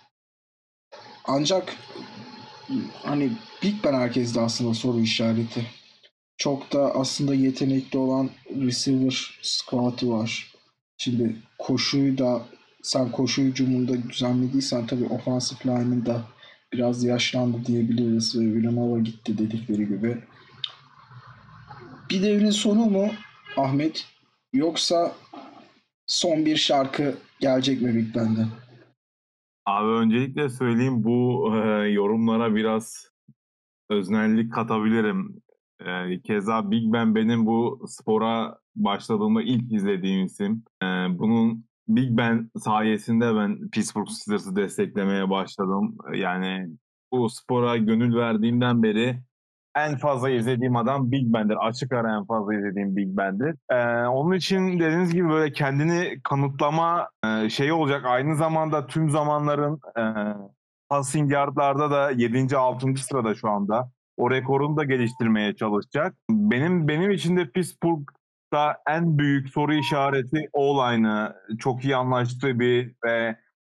[SPEAKER 2] Ancak hani Big Ben herkeste aslında soru işareti. Çok da aslında yetenekli olan receiver squad'ı var. Şimdi koşuyu da sen koşu hücumunda düzenlediysen tabii offensive line'ın da biraz yaşlandı diyebiliriz ve Villanova gitti dedikleri gibi. Bir devrin sonu mu Ahmet, yoksa son bir şarkı gelecek mi Big Ben'den?
[SPEAKER 5] Abi öncelikle söyleyeyim, bu e, yorumlara biraz öznellik katabilirim. E, keza Big Ben benim bu spora başladığımda ilk izlediğim isim. E, bunun Big Ben sayesinde ben Pittsburgh Steelers'ı desteklemeye başladım. Yani bu spora gönül verdiğimden beri en fazla izlediğim adam Big Ben'dir. Açık ara en fazla izlediğim Big Ben'dir. Ee, onun için dediğiniz gibi böyle kendini kanıtlama e, şeyi olacak. Aynı zamanda tüm zamanların e, passing yardlarda da yedinci altıncı sırada şu anda. O rekorunu da geliştirmeye çalışacak. Benim benim için de Pittsburgh'da en büyük soru işareti O-line'ı çok iyi anlaştığı bir ve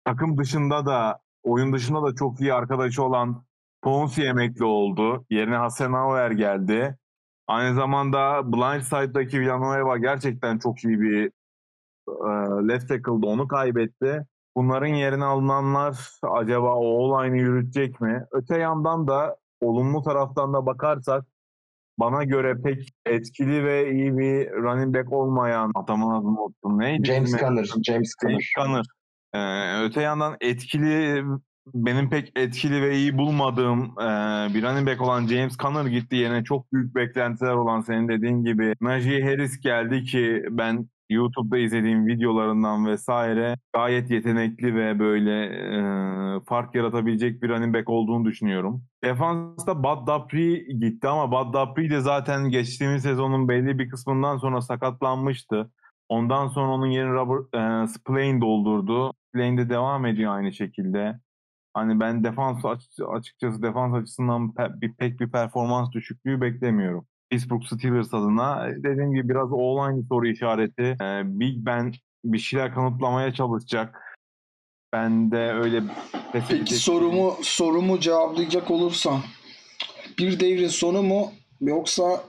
[SPEAKER 5] takım dışında da oyun dışında da çok iyi arkadaşı olan Pouncey emekli oldu. Yerine Hasenauer geldi. Aynı zamanda Blindside'daki Villanueva gerçekten çok iyi bir e, left tackle'dı. Onu kaybetti. Bunların yerine alınanlar acaba o olayını yürütecek mi? Öte yandan da olumlu taraftan da bakarsak bana göre pek etkili ve iyi bir running back olmayan adamın adını unuttum. Neydi?
[SPEAKER 4] James
[SPEAKER 5] bizim-
[SPEAKER 4] Conner. James
[SPEAKER 5] James
[SPEAKER 4] Conner.
[SPEAKER 5] Conner. Ee, öte yandan etkili, benim pek etkili ve iyi bulmadığım e, bir running back olan James Conner gitti. Yerine çok büyük beklentiler olan senin dediğin gibi Najee Harris geldi ki ben YouTube'da izlediğim videolarından vesaire gayet yetenekli ve böyle e, fark yaratabilecek bir running back olduğunu düşünüyorum. Defansta Bud Dupree gitti ama Bud Dupree de zaten geçtiğimiz sezonun belli bir kısmından sonra sakatlanmıştı. Ondan sonra onun yerini Robert e, Spillane doldurdu. Spillane de devam ediyor aynı şekilde. Hani ben defans açı- açıkçası defans açısından pe- bir, pek bir performans düşüklüğü beklemiyorum. Pittsburgh Steelers adına dediğim gibi biraz o-line soru işareti. E, Big Ben bir şeyler kanıtlamaya çalışacak. Ben de öyle pes
[SPEAKER 2] Peki
[SPEAKER 5] edecek-
[SPEAKER 2] sorumu sorumu cevaplayacak olursan bir devrin sonu mu yoksa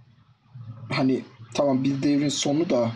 [SPEAKER 2] hani tamam bir devrin sonu da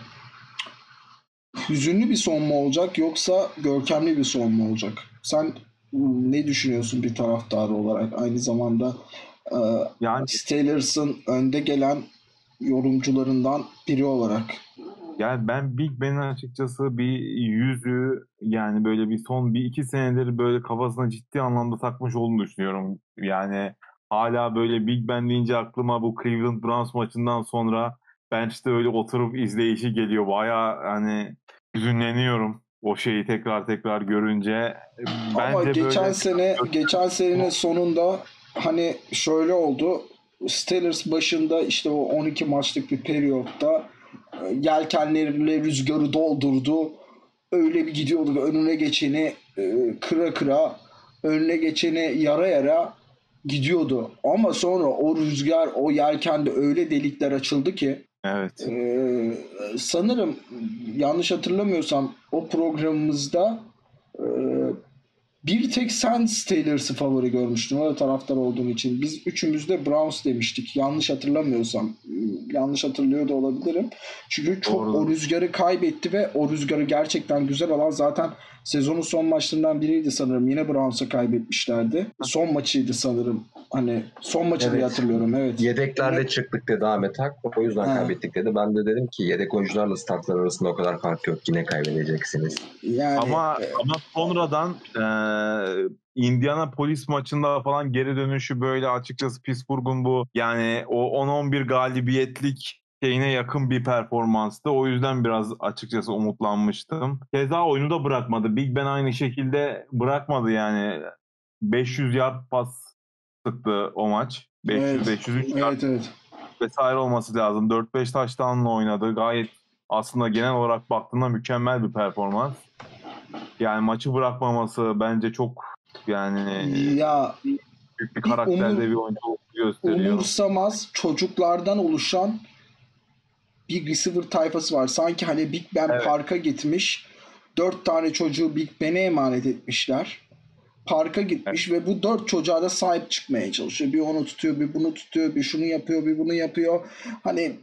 [SPEAKER 2] hüzünlü bir son mu olacak yoksa görkemli bir son mu olacak? Sen hmm, ne düşünüyorsun bir taraftar olarak aynı zamanda e,
[SPEAKER 5] yani
[SPEAKER 2] Steelers'ın önde gelen yorumcularından biri olarak?
[SPEAKER 5] Yani ben Big Ben'in açıkçası bir yüzü yani böyle bir son bir iki senedir böyle kafasına ciddi anlamda takmış olduğunu düşünüyorum. Yani hala böyle Big Ben deyince aklıma bu Cleveland Browns maçından sonra bench'te öyle oturup izleyişi geliyor. Bayağı hani hüzünleniyorum o şeyi tekrar tekrar görünce.
[SPEAKER 2] Ama
[SPEAKER 5] Bence
[SPEAKER 2] geçen
[SPEAKER 5] böyle
[SPEAKER 2] sene geçen senenin sonunda hani şöyle oldu. Steelers başında işte o on iki maçlık bir periyotta e, yelkenleriyle rüzgarı doldurdu. Öyle bir gidiyordu. Önüne geçeni e, kıra kıra, önüne geçeni yara yara gidiyordu. Ama sonra o rüzgar, o yelkende öyle delikler açıldı ki
[SPEAKER 5] evet.
[SPEAKER 2] e, sanırım yanlış hatırlamıyorsam o programımızda e, bir tek sen Steelers'ı favori görmüştün o taraftar olduğun için. Biz üçümüz de Browns demiştik. Yanlış hatırlamıyorsam. Yanlış hatırlıyor da olabilirim. Çünkü çok
[SPEAKER 5] Doğru.
[SPEAKER 2] o rüzgarı kaybetti ve o rüzgarı gerçekten güzel alan zaten sezonun son maçlarından biriydi sanırım. Yine Browns'a kaybetmişlerdi. Son maçıydı sanırım. Hani son maçı diye
[SPEAKER 4] Evet.
[SPEAKER 2] hatırlıyorum. Evet.
[SPEAKER 4] Yedeklerle
[SPEAKER 2] Evet.
[SPEAKER 4] çıktık dedi Ahmet Ak. O yüzden
[SPEAKER 2] Ha.
[SPEAKER 4] kaybettik dedi. Ben de dedim ki yedek oyuncularla startlar arasında o kadar fark yok. Yine kaybedeceksiniz.
[SPEAKER 2] Yani
[SPEAKER 5] Ama
[SPEAKER 2] e,
[SPEAKER 5] ama sonradan eee Indianapolis maçında falan geri dönüşü böyle açıkçası Pittsburgh'un bu yani o on on bir galibiyetlik şeyine yakın bir performanstı. O yüzden biraz açıkçası umutlanmıştım. Keza oyunu da bırakmadı. Big Ben aynı şekilde bırakmadı yani. beş yüz yard pas sıktı o maç. beş yüz
[SPEAKER 2] evet.
[SPEAKER 5] beş yüz üç yard
[SPEAKER 2] Evet evet.
[SPEAKER 5] vesaire olması lazım. dört beş touchdown'la oynadı. Gayet aslında genel olarak baktığında mükemmel bir performans. Yani maçı bırakmaması bence çok yani
[SPEAKER 2] Ya
[SPEAKER 5] büyük bir
[SPEAKER 2] bir
[SPEAKER 5] karakterde
[SPEAKER 2] umur-
[SPEAKER 5] bir oyuncu olduğunu gösteriyor.
[SPEAKER 2] umursamaz çocuklardan oluşan bir receiver tayfası var. Sanki hani Big Ben
[SPEAKER 5] Evet.
[SPEAKER 2] parka gitmiş. Dört tane çocuğu Big Ben'e emanet etmişler. Parka gitmiş ve bu dört çocuğa da sahip çıkmaya çalışıyor. Bir onu tutuyor, bir bunu tutuyor, bir şunu yapıyor, bir bunu yapıyor. Hani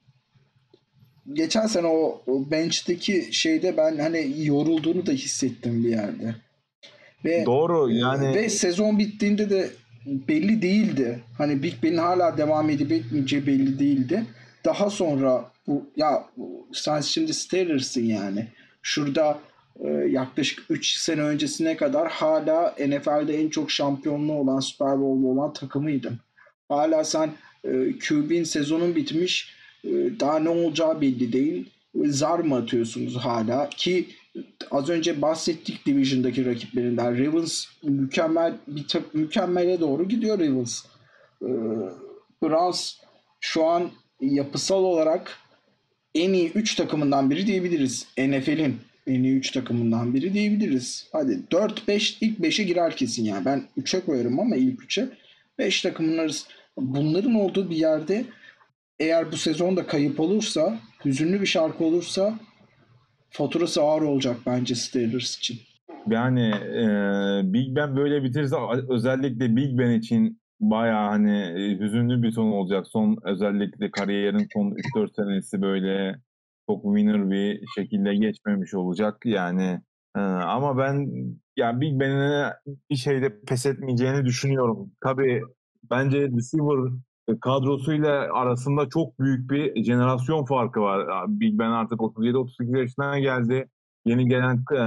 [SPEAKER 2] geçen sene o, o bench'teki şeyde ben hani yorulduğunu da hissettim bir yerde. Ve
[SPEAKER 5] Doğru
[SPEAKER 2] e,
[SPEAKER 5] yani
[SPEAKER 2] ve sezon bittiğinde de belli değildi. Hani Big Ben'in hala devam edip etmeyeceği belli değildi. Daha sonra bu ya sen şimdi Steelers'ın yani. Şurada e, yaklaşık üç sene öncesine kadar hala N F L'de en çok şampiyonluğu olan Super Bowl'lu olan takımıydın. Hala sen e, Q B'nin sezonun bitmiş e, daha ne olacağı belli değil. Zar mı atıyorsunuz hala ki az önce bahsettik Division'daki rakiplerinden. Ravens mükemmel bir tak, mükemmele doğru gidiyor Ravens. Ee, Browns şu an yapısal olarak en iyi üç takımından biri diyebiliriz. N F L'in en iyi üç takımından biri diyebiliriz. Hadi dört beş ilk beşe girer kesin yani. Ben üçe koyarım ama ilk üçe. beş takımın arası. Bunların olduğu bir yerde eğer bu sezon da kayıp olursa, hüzünlü bir şarkı olursa faturası ağır olacak bence Steelers için.
[SPEAKER 5] Yani e, Big Ben böyle bitirirse özellikle Big Ben için bayağı hani e, hüzünlü bir son olacak. Son özellikle kariyerin son üç dört senesi böyle çok winner bir şekilde geçmemiş olacak. Yani e, ama ben yani Big Ben'e bir şeyde pes etmeyeceğini düşünüyorum. Tabii bence receiver kadrosuyla arasında çok büyük bir jenerasyon farkı var. Big Ben artık otuz yedi otuz sekiz yaşına geldi. Yeni gelen e,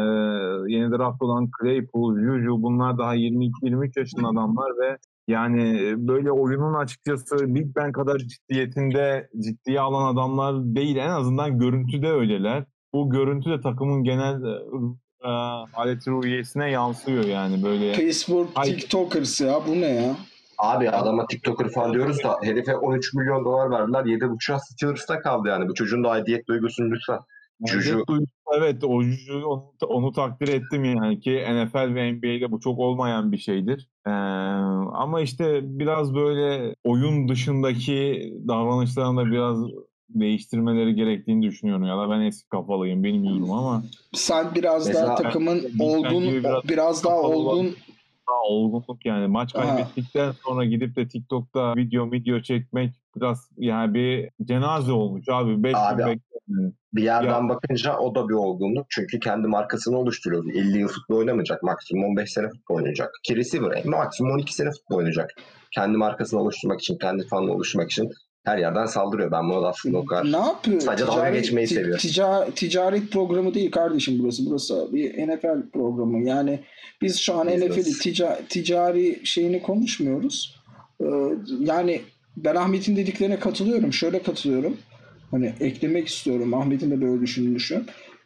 [SPEAKER 5] yeni draft olan Claypool, Juju bunlar daha yirmi iki yirmi üç yaşında adamlar ve yani böyle oyunun açıkçası Big Ben kadar ciddiyetinde ciddiye alan adamlar değil. En azından görüntüde öyleler. Bu görüntü de takımın genel e, aleti ruhiyesine yansıyor yani böyle.
[SPEAKER 2] Facebook
[SPEAKER 5] Ay-
[SPEAKER 2] TikTokers ya, bu ne ya?
[SPEAKER 4] Abi adama TikToker falan diyoruz da herife on üç milyon dolar verdiler. yedi buçuğa Steelers'ta kaldı yani. Bu çocuğun da aidiyet duygusunu lütfen. Juju.
[SPEAKER 5] Evet, duy- evet o Juju onu, onu takdir ettim yani ki N F L ve N B A'de bu çok olmayan bir şeydir. Ee, ama işte biraz böyle oyun dışındaki davranışlarında biraz değiştirmeleri gerektiğini düşünüyorum ya da ben eski kafalıyım bilmiyorum ama
[SPEAKER 2] Sen biraz
[SPEAKER 4] Mesela-
[SPEAKER 2] daha takımın
[SPEAKER 5] Ben
[SPEAKER 2] olgun,
[SPEAKER 5] gibi biraz
[SPEAKER 2] biraz daha
[SPEAKER 5] kapalı olan-
[SPEAKER 2] olgun.
[SPEAKER 5] daha olgunluk yani maç
[SPEAKER 2] Aha.
[SPEAKER 5] kaybettikten sonra gidip de TikTok'ta video video çekmek biraz yani bir cenaze olmuş abi. beş
[SPEAKER 4] Abi,
[SPEAKER 5] gün bekleyin.
[SPEAKER 4] Bir yerden
[SPEAKER 5] Ya-
[SPEAKER 4] bakınca o da bir olgunluk. Çünkü kendi markasını oluşturuyor. elli yıl futbol oynamayacak. Maksimum on beş sene futbol oynayacak. Ki receiver maksimum on iki sene futbol oynayacak. Kendi markasını oluşturmak için, kendi fanını oluşturmak için her yerden saldırıyor. Ben bunu da aslında o kadar.
[SPEAKER 2] Ne yapıyor?
[SPEAKER 4] Sadece dalga
[SPEAKER 2] Ticaret,
[SPEAKER 4] geçmeyi
[SPEAKER 2] ti-
[SPEAKER 4] seviyor.
[SPEAKER 2] tica- ticaret programı değil kardeşim burası. Burası bir N F L programı. Yani biz şu an
[SPEAKER 4] Business.
[SPEAKER 2] N F L'i tica- ticari şeyini konuşmuyoruz. Ee, yani ben Ahmet'in dediklerine katılıyorum. Şöyle katılıyorum. Hani eklemek istiyorum. Ahmet'in de böyle düşündüğünü düşünüyorum.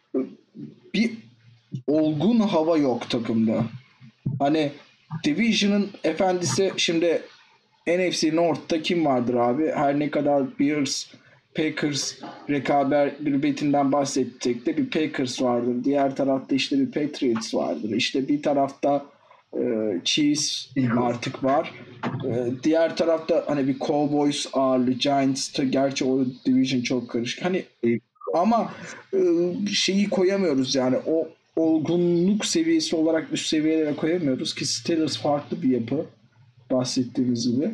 [SPEAKER 2] Bir olgun hava yok takımda. Hani Division'ın efendisi şimdi N F C North'ta kim vardır abi? Her ne kadar Bears, Packers rekabetinden bahsettik de bir Packers vardır. Diğer tarafta işte bir Patriots vardır. İşte bir tarafta e, Chiefs
[SPEAKER 4] Eagles.
[SPEAKER 2] artık var. E, diğer tarafta hani bir Cowboys ağırlı, Giants da gerçi o division çok karışık. Hani ama e, şeyi koyamıyoruz yani o olgunluk seviyesi olarak üst seviyelere koyamıyoruz ki Steelers farklı bir yapı bahsettiğimiz gibi.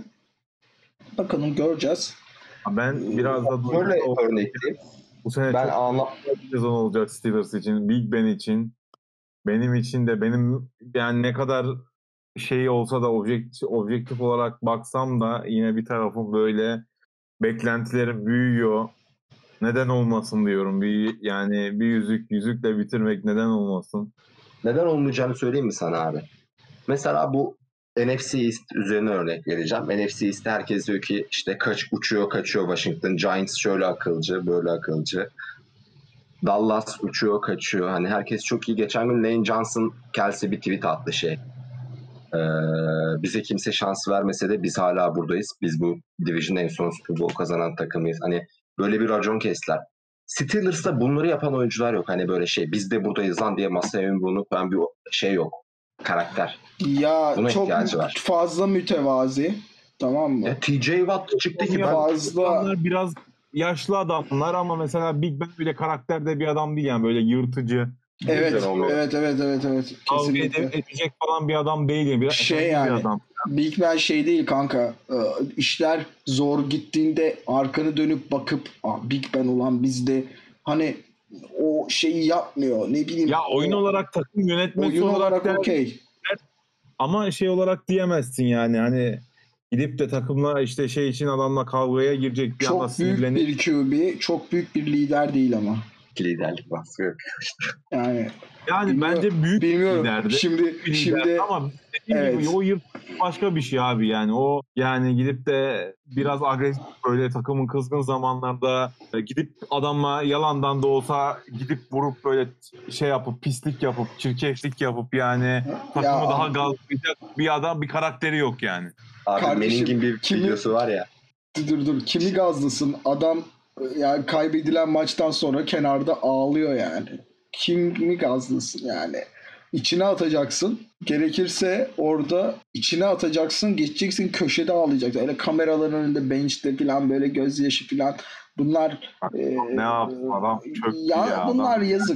[SPEAKER 2] Bakalım göreceğiz.
[SPEAKER 5] Ben biraz da
[SPEAKER 4] Böyle
[SPEAKER 5] o-
[SPEAKER 4] örnekleyeyim.
[SPEAKER 5] bu sene
[SPEAKER 4] Ben
[SPEAKER 5] çok
[SPEAKER 4] anla
[SPEAKER 5] güzel bir sezon olacak Steelers için, Big Ben için. Benim için de benim yani ne kadar şey olsa da objektif, objektif olarak baksam da yine bir tarafım böyle beklentilerim büyüyor. Neden olmasın diyorum. Bir yani bir yüzük yüzükle bitirmek neden olmasın?
[SPEAKER 4] neden olmayacağını söyleyeyim mi sana abi? Mesela bu N F C East üzerine örnek vereceğim. N F C East'te herkes diyor ki işte kaç uçuyor kaçıyor Washington. Giants şöyle akılcı böyle akılcı. Dallas uçuyor kaçıyor. Hani herkes çok iyi. Geçen gün Lane Johnson Kelsey bir tweet attı şey. Ee, bize kimse şans vermese de biz hala buradayız. Biz bu Division en son Super Bowl kazanan takımıyız. Hani böyle bir racon kestiler. Steelers'ta bunları yapan oyuncular yok. Hani böyle şey biz de buradayız lan diye masaya ön bulunup ben bir şey yok. Karakter.
[SPEAKER 2] Ya
[SPEAKER 4] Buna
[SPEAKER 2] çok
[SPEAKER 4] ihtiyacı var.
[SPEAKER 2] fazla mütevazi. Tamam mı?
[SPEAKER 4] Ya T J Watt çıktı ki ben
[SPEAKER 2] Fazla
[SPEAKER 5] Adamlar biraz yaşlı adamlar ama mesela Big Ben bile karakterde bir adam değil yani böyle yırtıcı.
[SPEAKER 2] evet,
[SPEAKER 4] Güzel oldu.
[SPEAKER 2] evet evet evet evet
[SPEAKER 5] Kavga
[SPEAKER 2] kesinlikle.
[SPEAKER 5] ede- edecek falan bir adam değil. Yani. Biraz
[SPEAKER 2] Şey
[SPEAKER 5] efendi
[SPEAKER 2] yani,
[SPEAKER 5] bir adam.
[SPEAKER 2] Big Ben şey değil kanka. Ee, işler zor gittiğinde arkanı dönüp bakıp "Aa, Big Ben ulan bizde" hani o şeyi yapmıyor. Ne bileyim.
[SPEAKER 5] Ya oyun
[SPEAKER 2] o-
[SPEAKER 5] olarak takım yönetmesi
[SPEAKER 2] oyun
[SPEAKER 5] olarak,
[SPEAKER 2] olarak
[SPEAKER 5] der-
[SPEAKER 2] okey.
[SPEAKER 5] ama şey olarak diyemezsin yani hani gidip de takımla işte şey için adamla kavgaya girecek bir anda
[SPEAKER 2] Çok büyük
[SPEAKER 5] sinirlenip
[SPEAKER 2] bir Q B, çok büyük bir lider değil ama.
[SPEAKER 4] liderlik vasfı yok.
[SPEAKER 2] Yani
[SPEAKER 5] yani
[SPEAKER 2] bilmiyorum-
[SPEAKER 5] bence büyük
[SPEAKER 2] bilmiyorum.
[SPEAKER 5] liderdi.
[SPEAKER 2] Şimdi
[SPEAKER 5] Bir lider.
[SPEAKER 2] şimdi
[SPEAKER 5] Ama dediğim
[SPEAKER 2] evet.
[SPEAKER 5] gibi o yırt başka bir şey abi yani o yani gidip de biraz agresif böyle takımın kızgın zamanlarda e, gidip adamla yalandan da olsa gidip vurup böyle şey yapıp pislik yapıp çirkeflik yapıp yani takımı
[SPEAKER 2] Ya-
[SPEAKER 5] daha gazlayacak bir adam bir karakteri yok yani.
[SPEAKER 4] Abi
[SPEAKER 2] Kardeşim,
[SPEAKER 4] Manning'in bir
[SPEAKER 2] kimi-
[SPEAKER 4] videosu var ya.
[SPEAKER 2] dur dur kimi gazlasın adam yani kaybedilen maçtan sonra kenarda ağlıyor yani. Kimi gazlasın yani. İçine atacaksın. Gerekirse orada içine atacaksın. Geçeceksin köşede ağlayacaksın. Öyle kameraların önünde bench'te falan böyle gözyaşı falan. Bunlar e,
[SPEAKER 5] Ne yaptı adam? Çöktü
[SPEAKER 2] ya,
[SPEAKER 5] ya
[SPEAKER 2] bunlar
[SPEAKER 5] adam.
[SPEAKER 2] yazık.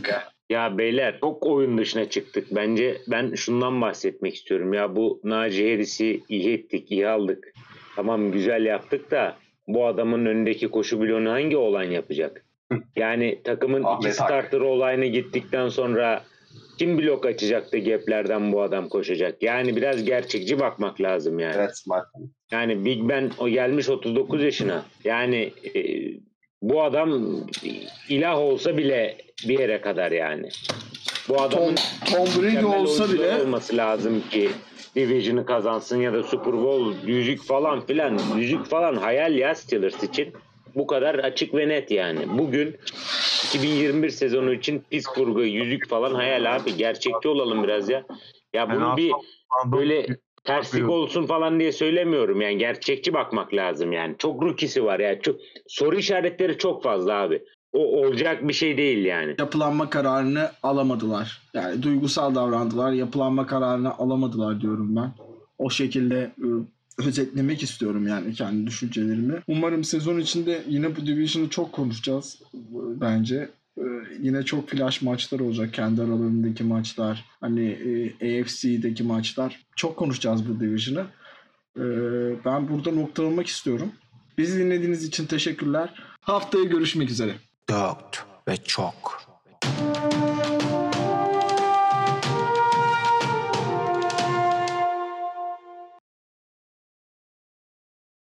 [SPEAKER 3] Ya beyler çok oyun dışına çıktık. Bence ben şundan bahsetmek istiyorum. Ya bu Najee Harris'i iyi ettik, iyi aldık. Tamam güzel yaptık da bu adamın önündeki koşu bloğunu hangi olan yapacak? Yani takımın iki
[SPEAKER 4] Ahmet Hak.
[SPEAKER 3] starter olayına gittikten sonra kim blok açacaktı gaplerden bu adam koşacak? Yani biraz gerçekçi bakmak lazım yani.
[SPEAKER 4] Evet, Smart.
[SPEAKER 3] Yani Big Ben o gelmiş otuz dokuz yaşına. Yani e, bu adam ilah olsa bile bir yere kadar yani. Bu adamın
[SPEAKER 2] Tom, Tom Brady
[SPEAKER 3] mükemmel
[SPEAKER 2] olsa
[SPEAKER 3] oyuncular
[SPEAKER 2] bile
[SPEAKER 3] olması lazım ki Division'ı kazansın ya da Super Bowl yüzük falan filan. Yüzük falan hayal ya Steelers için. Bu kadar açık ve net yani. Bugün iki bin yirmi bir sezonu için Pittsburgh'a yüzük falan hayal abi. Gerçekçi olalım biraz ya. Ya bunu
[SPEAKER 5] Ben
[SPEAKER 3] bir
[SPEAKER 5] aslında-
[SPEAKER 3] böyle terslik olsun falan diye söylemiyorum. Yani gerçekçi bakmak lazım yani. Çok rookie'si var yani. Çok, soru işaretleri çok fazla abi. O olacak bir şey değil yani.
[SPEAKER 2] yapılanma kararını alamadılar. Yani duygusal davrandılar. Yapılanma kararını alamadılar diyorum ben. O şekilde e, özetlemek istiyorum yani kendi düşüncelerimi. Umarım sezon içinde yine bu division'ı çok konuşacağız e, bence. E, yine çok flash maçlar olacak. Kendi aralarındaki maçlar. Hani e, A F C'deki maçlar. Çok konuşacağız bu division'ı. E, ben burada noktalamak istiyorum. Bizi dinlediğiniz için teşekkürler. Haftaya görüşmek üzere.
[SPEAKER 1] Dört ve çok.